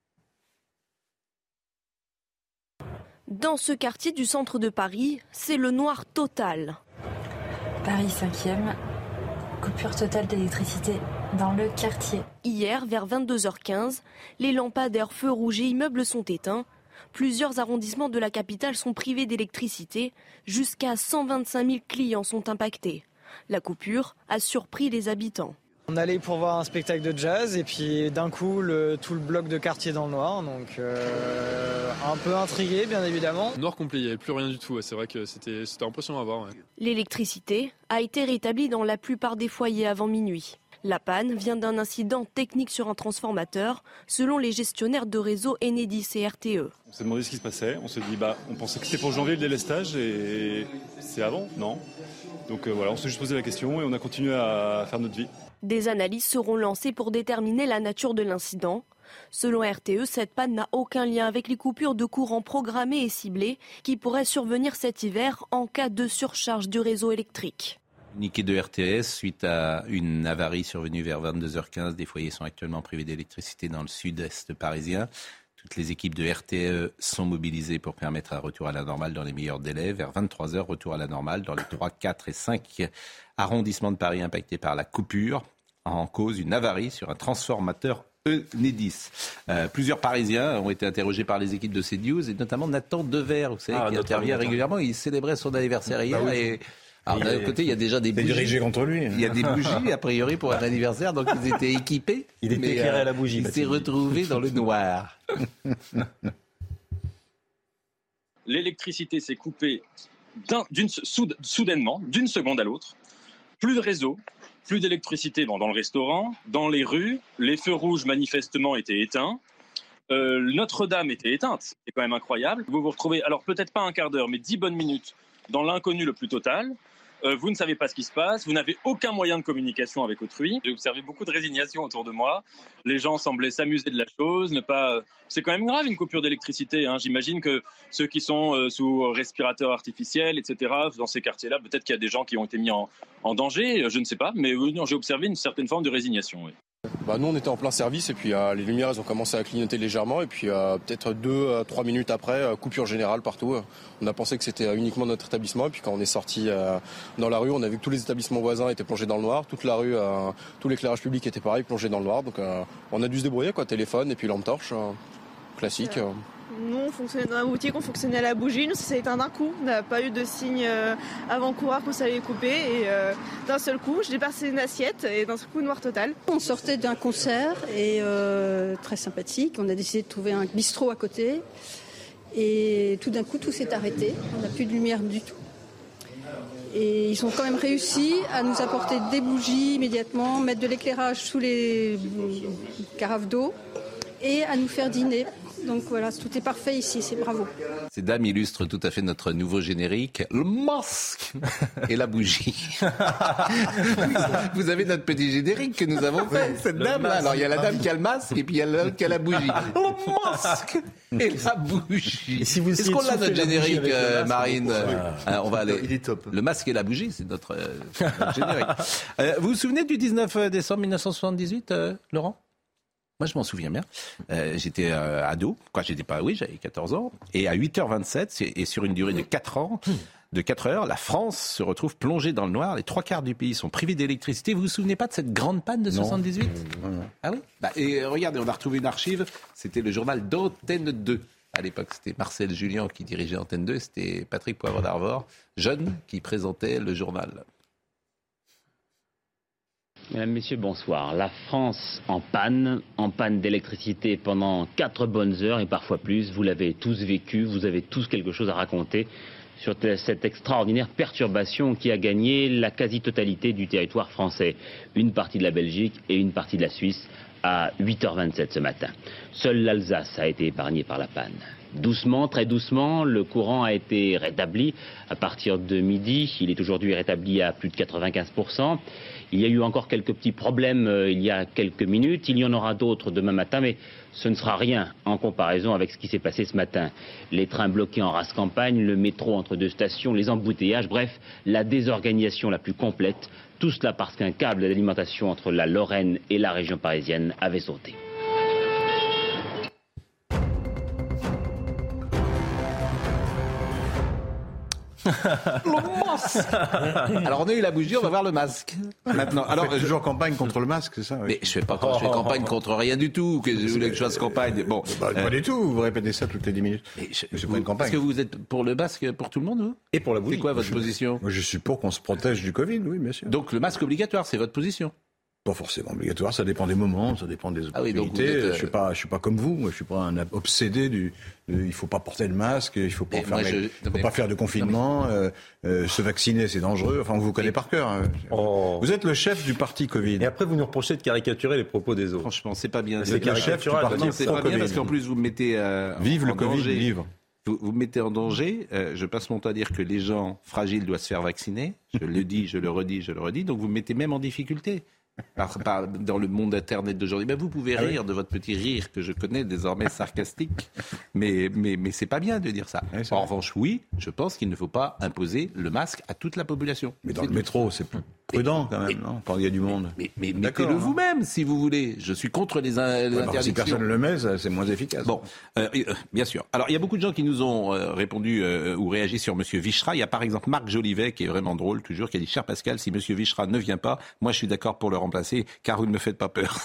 Dans ce quartier du centre de Paris, c'est le noir total. Paris cinquième, coupure totale d'électricité dans le quartier. Hier, vers vingt-deux heures quinze, les lampadaires, feux rouges et immeubles sont éteints. Plusieurs arrondissements de la capitale sont privés d'électricité. Jusqu'à cent vingt-cinq mille clients sont impactés. La coupure a surpris les habitants. On allait pour voir un spectacle de jazz et puis d'un coup le, tout le bloc de quartier dans le noir, donc euh, un peu intrigué bien évidemment. Noir complet, il n'y avait plus rien du tout, c'est vrai que c'était, c'était impressionnant à voir. Ouais. L'électricité a été rétablie dans la plupart des foyers avant minuit. La panne vient d'un incident technique sur un transformateur, selon les gestionnaires de réseau Enedis et R T E. On s'est demandé ce qui se passait, on s'est dit bah on pensait que c'était pour janvier le délestage et c'est avant, non. Donc euh, voilà, on s'est juste posé la question et on a continué à faire notre vie. Des analyses seront lancées pour déterminer la nature de l'incident. Selon R T E, cette panne n'a aucun lien avec les coupures de courant programmées et ciblées qui pourraient survenir cet hiver en cas de surcharge du réseau électrique. Communiqué de R T S suite à une avarie survenue vers vingt-deux heures quinze. Des foyers sont actuellement privés d'électricité dans le sud-est parisien. Toutes les équipes de R T E sont mobilisées pour permettre un retour à la normale dans les meilleurs délais. Vers vingt-trois heures, retour à la normale dans les trois, quatre et cinq arrondissements de Paris impactés par la coupure. En cause, une avarie sur un transformateur Enedis. Euh, plusieurs Parisiens ont été interrogés par les équipes de CNews et notamment Nathan Dever, vous savez, Ah, qui Nathan, intervient Nathan. régulièrement. Il célébrait son anniversaire hier Bah oui. et... Alors d'un est- côté, il y a déjà des C'est bougies. dirigé contre lui. Il y a des bougies, a priori, pour un anniversaire, donc ils étaient équipés. Il était mais, éclairé euh, à la bougie, Il s'est Mathilde. retrouvé dans le noir. L'électricité s'est coupée d'un, d'une, soud, soudainement, d'une seconde à l'autre. Plus de réseau, plus d'électricité dans, dans le restaurant, dans les rues. Les feux rouges, manifestement, étaient éteints. Euh, Notre-Dame était éteinte. C'est quand même incroyable. Vous vous retrouvez, alors peut-être pas un quart d'heure, mais dix bonnes minutes dans l'inconnu le plus total. Euh, vous ne savez pas ce qui se passe, vous n'avez aucun moyen de communication avec autrui. J'ai observé beaucoup de résignation autour de moi. Les gens semblaient s'amuser de la chose, ne pas. C'est quand même grave une coupure d'électricité. Hein. J'imagine que ceux qui sont euh, sous respirateur artificiel, et cetera, dans ces quartiers-là, peut-être qu'il y a des gens qui ont été mis en, en danger, je ne sais pas, mais euh, non, j'ai observé une certaine forme de résignation. Oui. Bah, nous on était en plein service et puis euh, les lumières elles ont commencé à clignoter légèrement et puis euh, peut-être deux à trois minutes après, euh, coupure générale partout. On a pensé que c'était uniquement notre établissement et puis quand on est sorti euh, dans la rue, on a vu que tous les établissements voisins étaient plongés dans le noir, toute la rue, euh, tout l'éclairage public était pareil, plongé dans le noir. Donc euh, on a dû se débrouiller, quoi, téléphone et puis lampe torche, euh, classique. Euh. Nous, on fonctionnait dans la boutique, on fonctionnait à la bougie. Nous, ça s'est éteint d'un coup. On n'a pas eu de signe euh, avant-coureur que ça allait couper. Et euh, d'un seul coup, je dépassais une assiette et d'un seul coup, noir total. On sortait d'un concert et euh, très sympathique. On a décidé de trouver un bistrot à côté. Et tout d'un coup, tout s'est arrêté. On n'a plus de lumière du tout. Et ils ont quand même réussi à nous apporter des bougies immédiatement, mettre de l'éclairage sous les carafes d'eau et à nous faire dîner. Donc voilà, tout est parfait ici, c'est bravo. Ces dames illustrent tout à fait notre nouveau générique, le masque et la bougie. Vous avez notre petit générique que nous avons fait, cette dame-là. Alors il y a la dame qui a le masque et puis il y a l'autre qui a la bougie. Le masque et la bougie. Et si vous Est-ce qu'on a notre générique, euh, Marine euh, On va aller. Il est top. Le masque et la bougie, c'est notre, euh, notre générique. Euh, vous vous souvenez du dix-neuf décembre mille neuf cent soixante-dix-huit, euh, Laurent ? Moi, je m'en souviens bien. Euh, j'étais euh, ado. Quoi, j'étais pas, oui, j'avais quatorze ans. Et à huit heures vingt-sept, et sur une durée de quatre ans, de quatre heures, la France se retrouve plongée dans le noir. Les trois quarts du pays sont privés d'électricité. Vous vous souvenez pas de cette grande panne de soixante-dix-huit ? Non, non. Ah oui ? Bah, et regardez, on a retrouvé une archive. C'était le journal d'Antenne deux. À l'époque, c'était Marcel Julien qui dirigeait Antenne deux. C'était Patrick Poivre d'Arvor, jeune, qui présentait le journal. Mesdames, Messieurs, bonsoir. La France en panne, en panne d'électricité pendant quatre bonnes heures et parfois plus. Vous l'avez tous vécu, vous avez tous quelque chose à raconter sur cette extraordinaire perturbation qui a gagné la quasi-totalité du territoire français. Une partie de la Belgique et une partie de la Suisse à huit heures vingt-sept ce matin. Seule l'Alsace a été épargnée par la panne. Doucement, très doucement, le courant a été rétabli à partir de midi. Il est aujourd'hui rétabli à plus de quatre-vingt-quinze pour cent. Il y a eu encore quelques petits problèmes euh, il y a quelques minutes. Il y en aura d'autres demain matin, mais ce ne sera rien en comparaison avec ce qui s'est passé ce matin. Les trains bloqués en race campagne, le métro entre deux stations, les embouteillages, bref, la désorganisation la plus complète. Tout cela parce qu'un câble d'alimentation entre la Lorraine et la région parisienne avait sauté. Le masque. Alors on a eu la bougie, on va voir le masque. Maintenant, alors je fais toujours campagne contre le masque, c'est ça ? Oui. Mais je fais pas, je fais campagne contre rien du tout. Que je voulais que je fasse campagne. Bon, bah, euh... pas du tout. Vous répétez ça toutes les dix minutes. Mais je, je vous, pas une campagne. Est-ce que vous êtes pour le masque pour tout le monde, vous ? Et pour la bougie. C'est quoi votre je, position ? Moi, je suis pour qu'on se protège du Covid, oui, bien sûr. Donc le masque obligatoire, c'est votre position ? Pas forcément obligatoire, ça dépend des moments, ça dépend des opportunités. Ah oui, donc vous êtes, euh... Je suis pas, je suis pas comme vous. Moi, je suis pas un obsédé du. De, il faut pas porter le masque, il faut pas faire, moi, je... faut mais... pas faire de confinement, mais... euh, euh, se vacciner, c'est dangereux. Enfin, on vous connaît par cœur. Hein. Oh. Vous êtes le chef du parti Covid. Et après, vous nous reprochez de caricaturer les propos des autres. Franchement, c'est pas bien. C'est le chef du parti. Non, c'est pas bien parce qu'en plus vous me mettez. Euh, Vive en, le en Covid, danger. vive. Vous, vous me mettez en danger. Euh, je passe mon temps à dire que les gens fragiles doivent se faire vacciner. Je le dis, je le redis, je le redis. Donc vous me mettez même en difficulté. Par, par, dans le monde internet d'aujourd'hui, ben vous pouvez rire ah oui. de votre petit rire que je connais désormais sarcastique, mais mais mais c'est pas bien de dire ça. Oui, en vrai. revanche, oui, je pense qu'il ne faut pas imposer le masque à toute la population. Mais dans c'est le métro, c'est plus prudent quand même, mais, non quand il y a du monde. Mais, mais, mais mettez-le vous-même si vous voulez. Je suis contre les, in- les ouais, interdictions. Si personne ne le met, c'est moins efficace. Bon, euh, euh, bien sûr. Alors il y a beaucoup de gens qui nous ont euh, répondu euh, ou réagi sur Monsieur Vichra. Il y a par exemple Marc Jolivet qui est vraiment drôle toujours, qui a dit cher Pascal, si Monsieur Vichra ne vient pas, moi je suis d'accord pour le remplacer, car vous ne me faites pas peur.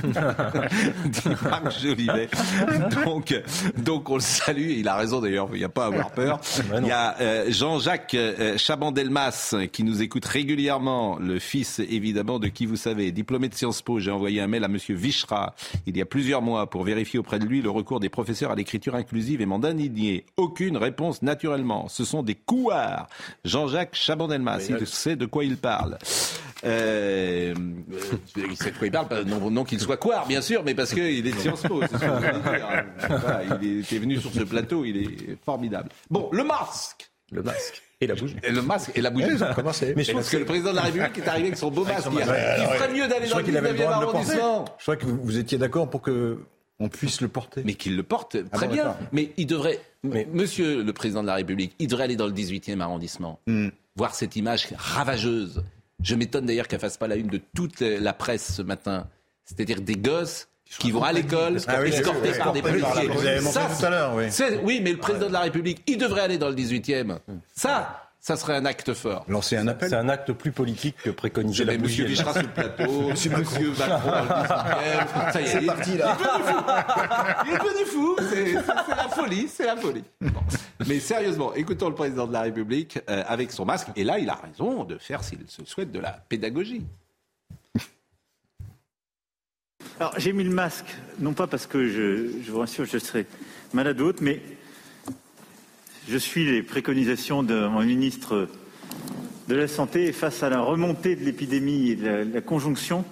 Dit Marc Jolivet. Donc, donc on le salue. Il a raison d'ailleurs. Il n'y a pas à avoir peur. Il y a euh, Jean-Jacques euh, Chaban-Delmas qui nous écoute régulièrement. Le fils évidemment de qui vous savez, diplômé de Sciences Po. J'ai envoyé un mail à Monsieur Vichra il y a plusieurs mois pour vérifier auprès de lui le recours des professeurs à l'écriture inclusive et m'en indigner. Aucune réponse naturellement. Ce sont des couards. Jean-Jacques Chaban-Delmas. Il sait de quoi il parle. Euh, il sait de quoi il parle, non, non qu'il soit couard, bien sûr, mais parce qu'il est de Sciences Po, c'est ce que vous voulez dire. Voilà, il était venu sur ce plateau, il est formidable. Bon, le masque. Le masque. Et la bougie. Et le masque et la bougie. Oui, ça a commencé. Mais je pense que le président de la République est arrivé avec son beau masque. Il ferait mieux d'aller dans le dix-neuvième arrondissement. Je crois que vous étiez d'accord pour que on puisse le porter. Mais qu'il le porte, très ah bon, bien. D'accord. Mais il devrait, mais... monsieur le président de la République, il devrait aller dans le dix-huitième arrondissement, mm. voir cette image ravageuse. Je m'étonne d'ailleurs qu'elle fasse pas la une de toute la presse ce matin. C'est-à-dire des gosses qui vont à l'école, ah oui, escortés oui, par oui, des policiers. Vous avez montré tout à l'heure, oui. Oui, mais le président de la République, il devrait aller dans le dix-huitième. Ça, Ça serait un acte fort. Lancer un appel. C'est un acte plus politique que préconiser la bougie. Monsieur Vichera sur le plateau, Monsieur Macron, Macron ça y est, c'est parti là. Il est devenu fou. C'est, c'est, c'est la folie, c'est la folie. Bon. Mais sérieusement, écoutons le président de la République euh, avec son masque. Et là, il a raison de faire, s'il se souhaite, de la pédagogie. Alors, j'ai mis le masque, non pas parce que je, je vous rassure, je serai malade ou autre, mais je suis les préconisations de mon ministre de la Santé et face à la remontée de l'épidémie et de la, la conjonction,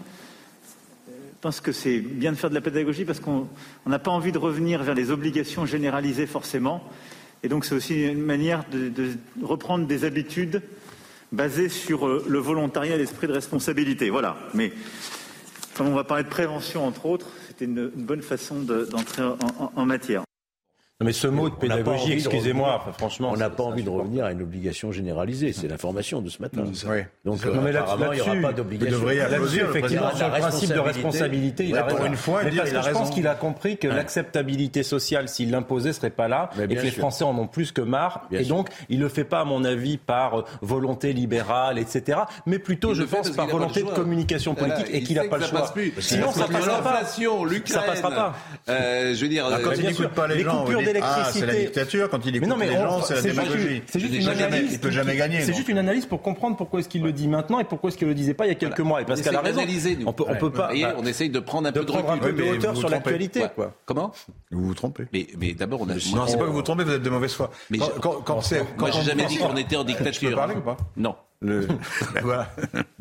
je pense que c'est bien de faire de la pédagogie parce qu'on n'a pas envie de revenir vers les obligations généralisées forcément. Et donc c'est aussi une manière de, de reprendre des habitudes basées sur le volontariat et l'esprit de responsabilité. Voilà. Mais comme on va parler de prévention entre autres, c'était une, une bonne façon de, d'entrer en, en, en matière. Non mais ce mot de pédagogie, excusez-moi, enfin, franchement... On n'a pas envie de revenir à une obligation généralisée, c'est l'information de ce matin. Mmh, oui. Donc non, mais apparemment, il n'y aura pas d'obligation. Vous devriez là-dessus, effectivement, sur le principe de responsabilité, il ouais, a raison. Pour une fois, mais dire, parce il a que je raison. pense qu'il a compris que ouais. l'acceptabilité sociale, s'il l'imposait, serait pas là, mais et que les sûr. Français en ont plus que marre. Bien et sûr. Donc, il le fait pas, à mon avis, par volonté libérale, et cetera, mais plutôt, il je pense, par volonté de communication politique, voilà, et qu'il n'a pas le choix. Sinon, ça passera pas. Ça passera pas. Je veux dire, quand il n'écoute pas les gens, c'est la dictature, quand il écoute non, mais les on, gens, c'est la démagogie. C'est juste une analyse. Il ne peut jamais gagner. C'est juste une analyse pour comprendre pourquoi est-ce qu'il le dit maintenant et pourquoi est-ce qu'il le disait pas il y a quelques voilà. mois. Et parce qu'elle a raison. On peut, on peut pas. Voyez, on essaye de prendre un de peu de recul, un peu de hauteur sur l'actualité. Quoi. Comment ? Vous vous trompez. Mais, mais d'abord, on a. Non, c'est pas que vous vous trompez, vous êtes de mauvaise foi. Mais quand, quand, quand c'est, quand moi, j'ai jamais dit qu'on était en dictature. Tu peux parler ou pas ? Non. Le... ben voilà.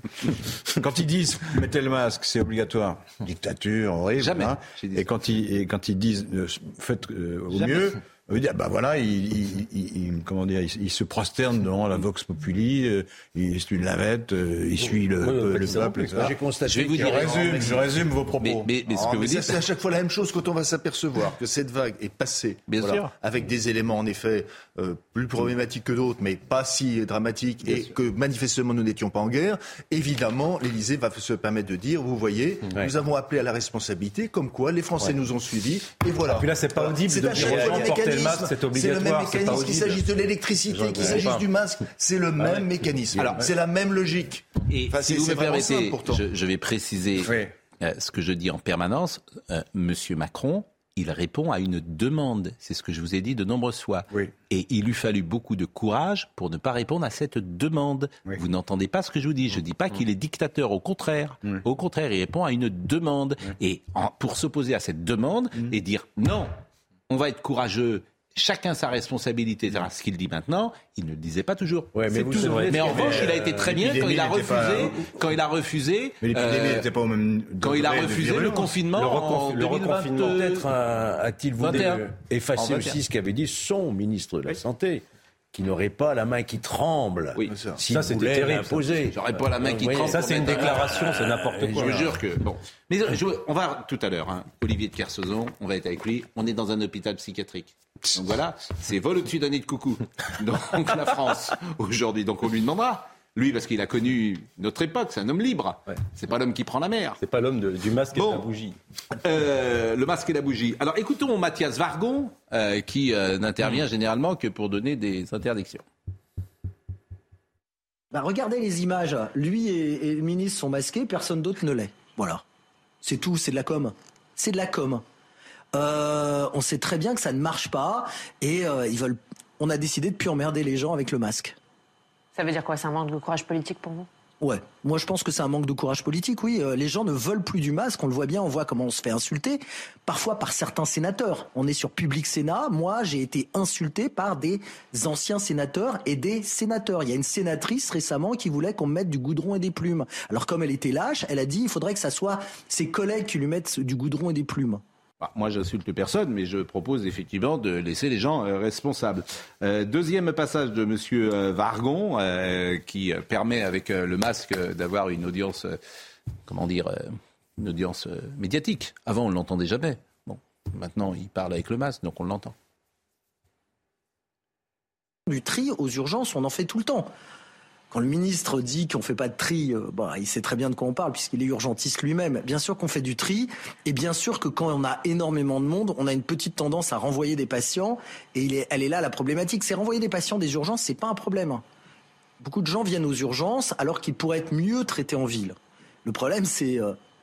Quand ils disent mettez le masque, c'est obligatoire. Dictature, horrible. Jamais. Hein. Et quand ils et quand ils disent euh, faites euh, au jamais. mieux. On veut dire, bah voilà, il, il, il, il comment dire, il, il se prosterne devant la vox populi, euh, il essuie une lavette, euh, il suit le, oui, le peuple, et cetera. J'ai constaté. Je vais vous dire, je résume, je résume vos propos. Mais, mais, mais ce oh, que mais vous dites, c'est à chaque fois la même chose quand on va s'apercevoir que cette vague est passée, bien voilà, sûr, avec des éléments en effet euh, plus problématiques que d'autres, mais pas si dramatiques, bien et sûr. Que manifestement nous n'étions pas en guerre. Évidemment, l'Élysée va se permettre de dire, vous voyez, ouais. nous avons appelé à la responsabilité, comme quoi les Français ouais. nous ont suivis, et voilà. Et puis là, c'est pas audible de dire aux gens porter le masque, c'est obligatoire. C'est le même mécanisme, qu'il s'agisse de l'électricité, qu'il s'agisse du masque, c'est le même ouais. mécanisme. Alors, c'est la même logique. Et enfin, si vous me permettez, je, je vais préciser oui. euh, ce que je dis en permanence. Euh, Monsieur Macron, il répond à une demande. C'est ce que je vous ai dit de nombreuses fois. Oui. Et il lui fallut beaucoup de courage pour ne pas répondre à cette demande. Oui. Vous n'entendez pas ce que je vous dis. Je ne dis pas mmh. qu'il est dictateur. Au contraire. Mmh. Au contraire, il répond à une demande. Mmh. Et en, pour s'opposer à cette demande mmh. et dire non, on va être courageux. Chacun sa responsabilité, c'est ce qu'il dit maintenant. Il ne le disait pas toujours. Ouais, mais, vous vrai. mais en revanche, il a été très bien quand il a refusé, pas... quand il a refusé, mais l'épidémie n'était euh, pas au même quand il a refusé le confinement. Le, reconf... le reconfinement. Peut-être euh, a-t-il voulu effacer aussi ce qu'avait dit son ministre de la Santé, qui n'aurait pas la main qui tremble. Oui, ça, ça c'était terrible. J'aurais pas la main qui oui, tremble. Ça, c'est une déclaration, c'est n'importe quoi. Je vous jure que bon. Mais je, on va tout à l'heure, hein, Olivier de Kersauzon, on va être avec lui. On est dans un hôpital psychiatrique. Donc voilà, c'est vol au-dessus d'un nid de coucou. Donc la France aujourd'hui. Donc on lui demandera. Lui, parce qu'il a connu notre époque, c'est un homme libre. Ouais. C'est pas l'homme qui prend la mer. C'est pas l'homme de, du masque bon. et de la bougie. Euh, le masque et la bougie. Alors écoutons Mathias Wargon, euh, qui euh, n'intervient mmh. généralement que pour donner des interdictions. Bah, regardez les images. Lui et, et le ministre sont masqués, personne d'autre ne l'est. Voilà. C'est tout, c'est de la com. C'est de la com. Euh, on sait très bien que ça ne marche pas et euh, ils veulent. On a décidé de plus emmerder les gens avec le masque. Ça veut dire quoi ? C'est un manque de courage politique pour vous ? Ouais, moi je pense que c'est un manque de courage politique, oui. Euh, les gens ne veulent plus du masque, on le voit bien, on voit comment on se fait insulter, parfois par certains sénateurs. On est sur Public Sénat, moi j'ai été insulté par des anciens sénateurs et des sénateurs. Il y a une sénatrice récemment qui voulait qu'on mette du goudron et des plumes. Alors comme elle était lâche, elle a dit il faudrait que ça soit ses collègues qui lui mettent du goudron et des plumes. Bah, moi, j'insulte personne, mais je propose effectivement de laisser les gens euh, responsables. Euh, deuxième passage de Monsieur euh, Wargon, euh, qui euh, permet avec euh, le masque euh, d'avoir une audience, euh, comment dire, euh, une audience euh, médiatique. Avant, on ne l'entendait jamais. Bon, maintenant, il parle avec le masque, donc on l'entend. Du tri aux urgences, on en fait tout le temps. Quand le ministre dit qu'on ne fait pas de tri, euh, bah, il sait très bien de quoi on parle puisqu'il est urgentiste lui-même. Bien sûr qu'on fait du tri et bien sûr que quand on a énormément de monde, on a une petite tendance à renvoyer des patients et il est, elle est là la problématique. C'est renvoyer des patients des urgences, c'est pas un problème. Beaucoup de gens viennent aux urgences alors qu'ils pourraient être mieux traités en ville. Le problème, c'est euh, où ?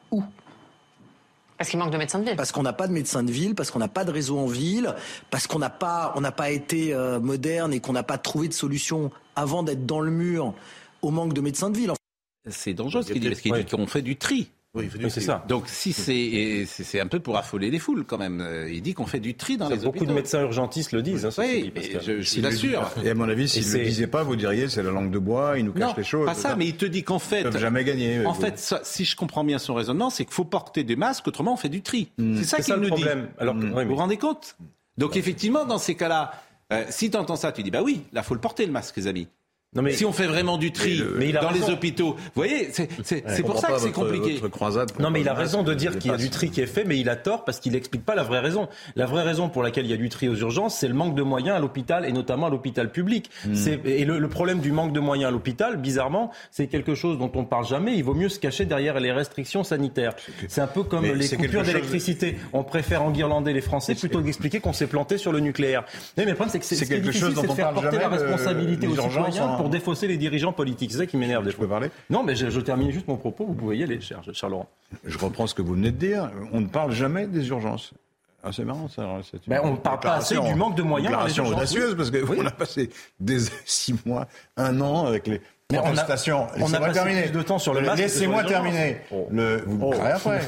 Parce qu'il manque de médecins de ville. Parce qu'on n'a pas de médecins de ville, parce qu'on n'a pas de réseau en ville, parce qu'on n'a pas, on n'a pas été euh, moderne et qu'on n'a pas trouvé de solution avant d'être dans le mur au manque de médecins de ville. C'est dangereux ce qu'il dit, parce qu'il dit qu'on fait du tri. Oui, oui, c'est ça. Donc si c'est, c'est un peu pour affoler les foules quand même. Il dit qu'on fait du tri dans ça, les beaucoup hôpitaux. Beaucoup de médecins urgentistes le disent. Hein, oui, mais je, je suis l'assure. Et à mon avis, s'il ne le disait pas, vous diriez c'est la langue de bois, il nous cache non, les choses. Pas ça, mais il te dit qu'en fait, ils peuvent jamais gagner. En vous. fait, ça, si je comprends bien son raisonnement, c'est qu'il faut porter des masques, autrement on fait du tri. Mmh. C'est ça c'est qu'il ça, nous problème. dit. Alors, mmh. oui, mais... Vous vous rendez compte ? Donc ouais. effectivement, dans ces cas-là, euh, si tu entends ça, tu dis bah oui, là faut le porter le masque, les amis. Non mais si on fait vraiment du tri mais le, mais dans les hôpitaux, vous voyez, c'est, c'est, ouais, c'est pour ça que c'est votre, compliqué. Votre croisade, non mais il a raison de dire qu'il y a du tri qui est fait, mais il a tort parce qu'il n'explique pas la vraie raison. La vraie raison pour laquelle il y a du tri aux urgences, c'est le manque de moyens à l'hôpital et notamment à l'hôpital public. Mmh. C'est, et le, le problème du manque de moyens à l'hôpital, bizarrement, c'est quelque chose dont on parle jamais. Il vaut mieux se cacher derrière les restrictions sanitaires. C'est un peu comme mais les coupures d'électricité. De... On préfère enguirlander les Français c'est plutôt que d'expliquer qu'on s'est planté sur le nucléaire. Mais, mais le problème c'est que c'est, c'est ce qui est quelque difficile, chose c'est dont de faire on parle porter la jamais, responsabilité aux citoyens hein. pour défausser les dirigeants politique. C'est ça qui m'énerve des fois. Je peux parler ? Non, mais je, je termine juste mon propos. Vous pouvez y aller, cher, cher Laurent. Je reprends ce que vous venez de dire. On ne parle jamais des urgences. Ah, c'est marrant ça. C'est ben, on ne parle pas assez du manque de moyens. Une déclaration audacieuse parce qu'on oui. a passé des six mois, un an avec les mais protestations. On a, on a passé terminer. plus de temps sur le masque. Laissez-moi terminer. Oh. Le, vous oh. parlerez après.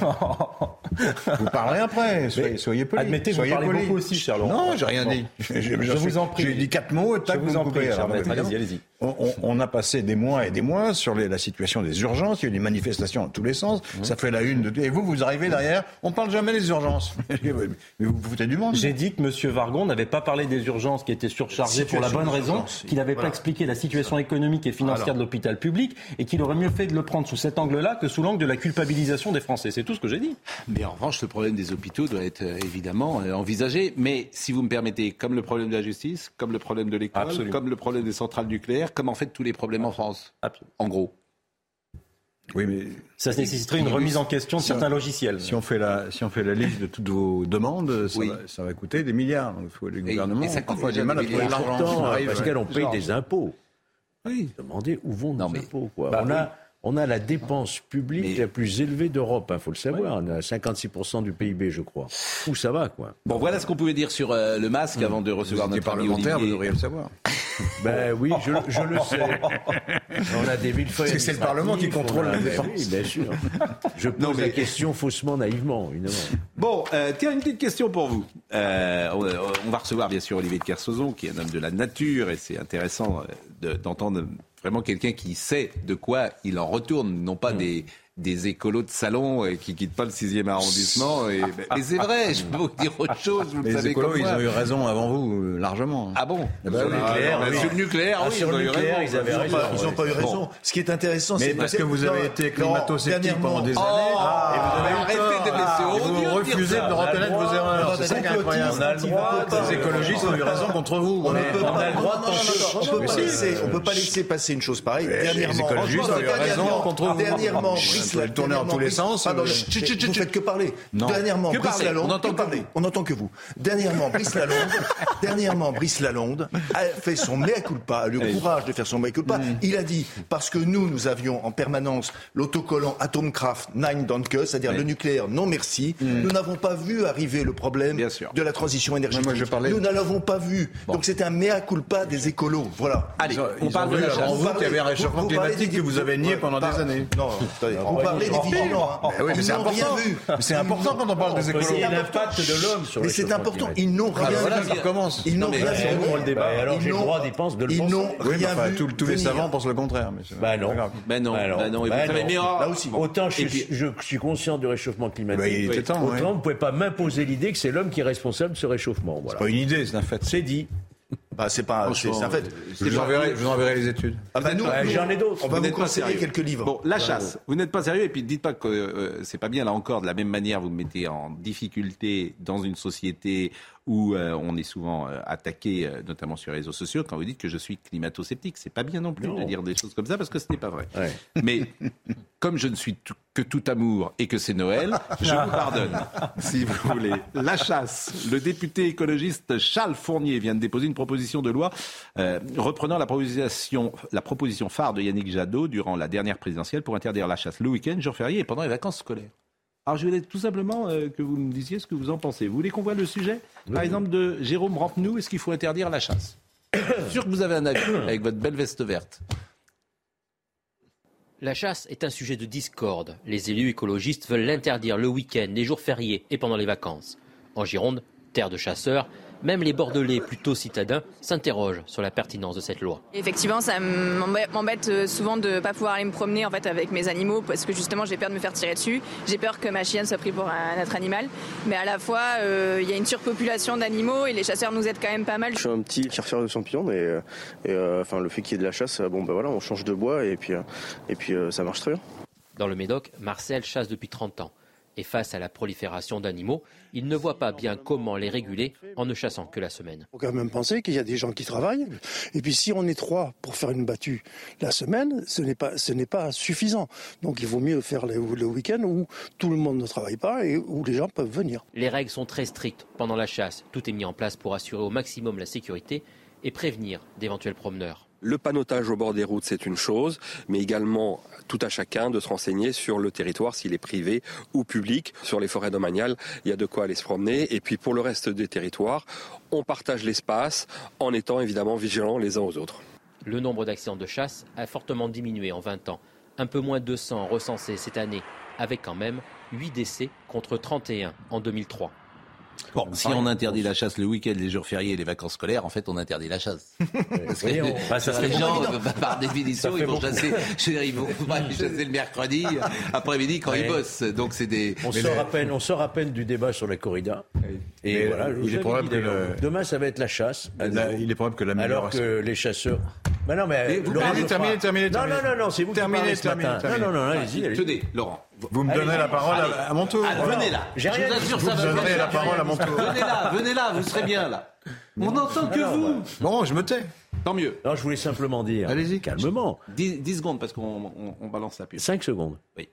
Vous parlerez après. Soyez, soyez poli. Admettez, soyez vous parlez poli. beaucoup aussi, cher Laurent. Non, j'ai rien dit. Je, je, je vous en prie. J'ai dit quatre mots et tac, vous en me coupez. Allez-y, allez-y. On, on, on a passé des mois et des mois sur les, la situation des urgences. Il y a eu des manifestations dans tous les sens. Mmh. Ça fait la une de. Et vous, vous arrivez derrière. On parle jamais des urgences. Mais vous vous foutez du monde. J'ai dit que M. Vargon n'avait pas parlé des urgences qui étaient surchargées pour la bonne raison, qu'il n'avait voilà. pas expliqué la situation économique et financière Alors. de l'hôpital public, et qu'il aurait mieux fait de le prendre sous cet angle-là que sous l'angle de la culpabilisation des Français. C'est tout ce que j'ai dit. Mais en revanche, le problème des hôpitaux doit être euh, évidemment euh, envisagé. Mais si vous me permettez, comme le problème de la justice, comme le problème de l'école, Absolument. comme le problème des centrales nucléaires, comme en fait tous les problèmes en France, Absolument. en gros. Oui, mais ça nécessiterait une remise en question de si certains on, logiciels. Si on fait la, si on fait la liste de toutes vos demandes, ça, oui. va, ça va coûter des milliards. Il faut les gouvernements. Et ça parfois du mal à trouver l'argent. Pascal, on paye des impôts. Oui. Demandez où vont nos non, mais, impôts. Quoi. Bah, on a. Oui. On a la dépense publique mais... la plus élevée d'Europe, il hein, faut le savoir. Ouais. On a cinquante-six pour cent du P I B, je crois. Où ça va, quoi. Bon, voilà ce qu'on pouvait dire sur euh, le masque mmh. avant de recevoir vous notre parlementaire, Olivier. Vous devriez le savoir. Ben oui, je, je le sais. On a des millefeuilles. C'est, c'est le Parlement qui contrôle a... la défense. Oui, bien sûr. Je pose non, mais... la question faussement, naïvement, évidemment. Bon, euh, tiens, une petite question pour vous. Euh, on, on va recevoir bien sûr Olivier de Kersauzon, qui est un homme de la nature, et c'est intéressant de, d'entendre vraiment quelqu'un qui sait de quoi il en retourne, non pas mmh. des, des écolos de salon euh, qui quittent pas le sixième arrondissement. Et, mais c'est vrai, je peux vous dire autre chose. Vous les le savez écolos, comme ils moi. ont eu raison avant vous, euh, largement. Ah bon eh ben, sur, oui, le nucléaire, ah, oui. sur le nucléaire, ah, oui, sur ils ont le eu nucléaire, raison. ils avaient raison. Ils n'ont pas eu raison. Bon. Ce qui est intéressant, mais c'est parce que vous avez été climato-sceptique pendant des années. Oh, et vous avez arrêté de laisser vous refusez de reconnaître vos erreurs. C'est ça qui est incroyable. On a le droit. Les écologistes ont eu raison contre vous. On a le droit. On ne peut pas laisser passer une chose pareille. Dernièrement, les écologistes ont eu raison contre vous. Dernièrement, Brice tourner en tous les sens. Vous ne faites que parler. Dernièrement, Brice Lalonde. On entend parler. On n'entend que vous. Dernièrement, Brice Lalonde. Dernièrement, Brice Lalonde a fait son mea culpa, le courage de faire son mea culpa. Il a dit parce que nous, nous avions en permanence l'autocollant Atomkraft Nein Danke, c'est-à-dire le nucléaire non merci. Nous n'avons pas vu arriver le problème de la transition énergétique. Nous ne l'avons pas vu. Donc c'est un mea culpa des écolos. Voilà. Allez, on parle de la chasse. Vous qui avez un réchauffement climatique que vous avez nié pendant des années. Non, vous parlez des vigilants. Oui, mais c'est important. C'est important quand on parle des écolos. C'est l'impact de l'homme sur le Mais c'est important. Ils n'ont rien vu. Voilà, ça recommence. Ils n'ont rien vu. Le débat. Alors j'ai le droit d'y penser de le penser. Ils n'ont rien vu. Tous les savants pensent le contraire. Bah non. Ben non. Ben non. Là aussi. Autant je suis conscient du réchauffement climatique. Autant vous ne pouvez pas m'imposer l'idée que c'est l'homme qui est responsable de ce réchauffement. C'est pas une idée, c'est un fait. C'est dit. Bah, c'est pas, c'est, c'est un fait. Je vous enverrai, je vous enverrai les études. Ah bah nous, bah, nous j'en ai d'autres. On va vous conseiller quelques livres. Bon, la chasse. Vous n'êtes pas sérieux et puis dites pas que euh, c'est pas bien là encore. De la même manière, vous me mettez en difficulté dans une société où euh, on est souvent euh, attaqué, euh, notamment sur les réseaux sociaux, quand vous dites que je suis climato-sceptique. C'est pas bien non plus non. de dire des choses comme ça, parce que ce n'est pas vrai. Ouais. Mais comme je ne suis tout, que tout amour et que c'est Noël, je vous pardonne, si vous voulez. La chasse. Le député écologiste Charles Fournier vient de déposer une proposition de loi euh, reprenant la proposition, la proposition phare de Yannick Jadot durant la dernière présidentielle pour interdire la chasse le week-end, jour férié et pendant les vacances scolaires. Alors je voulais tout simplement euh, que vous me disiez ce que vous en pensez. Vous voulez qu'on voit le sujet, oui. par exemple, de Jérôme Rampenou, est-ce qu'il faut interdire la chasse ? Je suis sûr que vous avez un avis avec votre belle veste verte. La chasse est un sujet de discorde. Les élus écologistes veulent l'interdire le week-end, les jours fériés et pendant les vacances. En Gironde, terre de chasseurs, même les Bordelais plutôt citadins s'interrogent sur la pertinence de cette loi. Effectivement, ça m'embête souvent de ne pas pouvoir aller me promener en fait, avec mes animaux parce que justement j'ai peur de me faire tirer dessus. J'ai peur que ma chienne soit prise pour un autre animal. Mais à la fois, il euh, y a une surpopulation d'animaux et les chasseurs nous aident quand même pas mal. Je suis un petit chercheur de champignons et, et euh, enfin, le fait qu'il y ait de la chasse, bon, ben voilà, on change de bois et puis, et puis euh, ça marche très bien. Dans le Médoc, Marcel chasse depuis trente ans. Et face à la prolifération d'animaux, il ne voit pas bien comment les réguler en ne chassant que la semaine. Il faut quand même penser qu'il y a des gens qui travaillent. Et puis si on est trois pour faire une battue la semaine, ce n'est pas, ce n'est pas suffisant. Donc il vaut mieux faire le, le week-end où tout le monde ne travaille pas et où les gens peuvent venir. Les règles sont très strictes pendant la chasse. Tout est mis en place pour assurer au maximum la sécurité et prévenir d'éventuels promeneurs. Le panneautage au bord des routes, c'est une chose, mais également tout à chacun de se renseigner sur le territoire, s'il est privé ou public. Sur les forêts domaniales, il y a de quoi aller se promener. Et puis pour le reste des territoires, on partage l'espace en étant évidemment vigilants les uns aux autres. Le nombre d'accidents de chasse a fortement diminué en vingt ans. Un peu moins de deux cents recensés cette année, avec quand même huit décès contre trente et un en deux mille trois. Bon, si on interdit la chasse le week-end, les jours fériés et les vacances scolaires, en fait, on interdit la chasse. Parce que, oui, on... parce que les gens, par définition, ils vont chasser, je veux dire, ils vont chasser le mercredi, après-midi, quand ouais. ils bossent. Donc, c'est des... On sort, le... à peine, on sort à peine du débat sur la corrida. Oui. Et mais voilà, il est probable que le... demain, ça va être la chasse. La, il est probable que l'amélioration... Alors que les chasseurs... Ben non, mais... mais vous terminez, terminez, terminez. Non, non, non, non, c'est vous terminez, qui parlez ce matin. Non, non, non, allez-y, allez-y. Tenez, Laurent. Vous me donnez la parole allez, à mon tour. Allez, venez là. J'ai rien je vous assure, ça va vous donnerez la parole à mon tour. Venez là, venez là, vous serez bien là. On n'entend que alors, vous. Bah. Bon, je me tais. Tant mieux. Non, je voulais simplement dire. Allez-y, calmement. dix secondes parce qu'on on, on balance la pub. cinq secondes. Oui.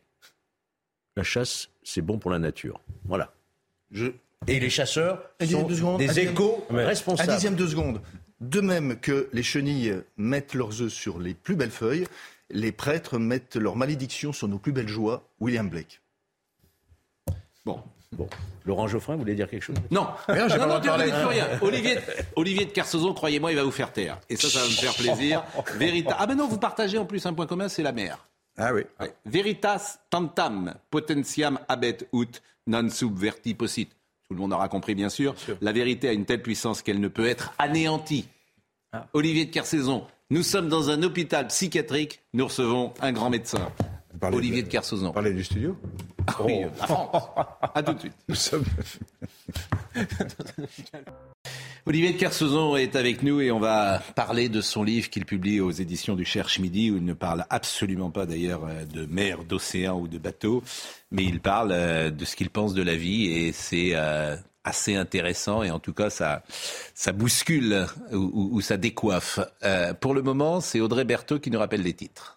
La chasse, c'est bon pour la nature. Voilà. Je... Et les chasseurs sont de secondes, des éco-responsables. Un dixième de seconde. De même que les chenilles mettent leurs œufs sur les plus belles feuilles, les prêtres mettent leur malédiction sur nos plus belles joies. William Blake. Bon. Bon. Laurent Geoffrin, vous voulez dire quelque chose ? Non, rien, j'ai non, pas non, non, non rien. Olivier, Olivier de Kersauzon, croyez-moi, il va vous faire taire. Et ça, ça va me faire plaisir. Vérita... Ah ben non, vous partagez en plus un point commun, c'est la mer. Ah oui. Ouais. Veritas tantam potentiam habet ut non subverti possit. Tout le monde aura compris, bien sûr. bien sûr. La vérité a une telle puissance qu'elle ne peut être anéantie. Ah. Olivier de Kersauzon, nous sommes dans un hôpital psychiatrique, nous recevons un grand médecin. Olivier de, de Kersauzon. Parlez du studio. Ah oh. Oui, la France. À tout de suite. Nous sommes... Olivier de Kersauzon est avec nous et on va parler de son livre qu'il publie aux éditions du Cherche Midi, où il ne parle absolument pas d'ailleurs de mer, d'océan ou de bateau, mais il parle de ce qu'il pense de la vie et c'est assez intéressant et en tout cas ça, ça bouscule ou, ou ça décoiffe. Pour le moment, c'est Audrey Berthaud qui nous rappelle les titres.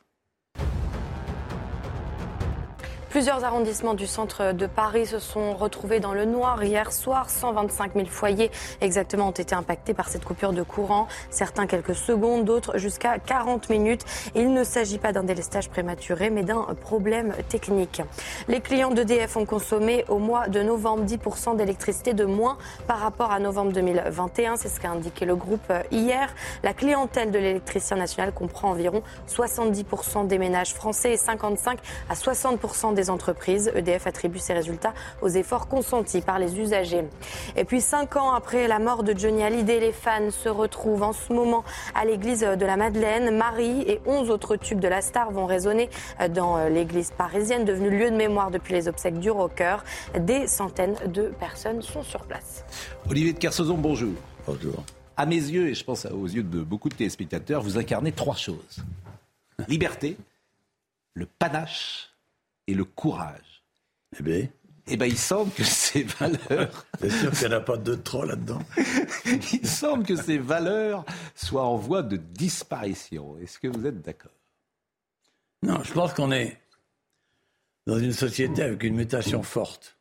Plusieurs arrondissements du centre de Paris se sont retrouvés dans le noir hier soir. cent vingt-cinq mille foyers exactement ont été impactés par cette coupure de courant. Certains quelques secondes, d'autres jusqu'à quarante minutes. Et il ne s'agit pas d'un délestage prématuré, mais d'un problème technique. Les clients d'E D F ont consommé au mois de novembre dix pour cent d'électricité de moins par rapport à novembre deux mille vingt et un. C'est ce qu'a indiqué le groupe hier. La clientèle de l'électricien national comprend environ soixante-dix pour cent des ménages français et cinquante-cinq à soixante pour cent des des entreprises. E D F attribue ses résultats aux efforts consentis par les usagers. Et puis cinq ans après la mort de Johnny Hallyday, les fans se retrouvent en ce moment à l'église de la Madeleine. Marie et onze autres tubes de la star vont résonner dans l'église parisienne, devenue lieu de mémoire depuis les obsèques du rocker. Des centaines de personnes sont sur place. Olivier de Kersauzon, bonjour. Bonjour. À mes yeux, et je pense aux yeux de beaucoup de téléspectateurs, vous incarnez trois choses. Liberté, le panache et le courage. Eh bien. Eh bien, il semble que ces valeurs... C'est sûr qu'il n'y en a pas deux de trop là-dedans. Il semble que ces valeurs soient en voie de disparition. Est-ce que vous êtes d'accord ? Non, je pense qu'on est dans une société avec une mutation forte.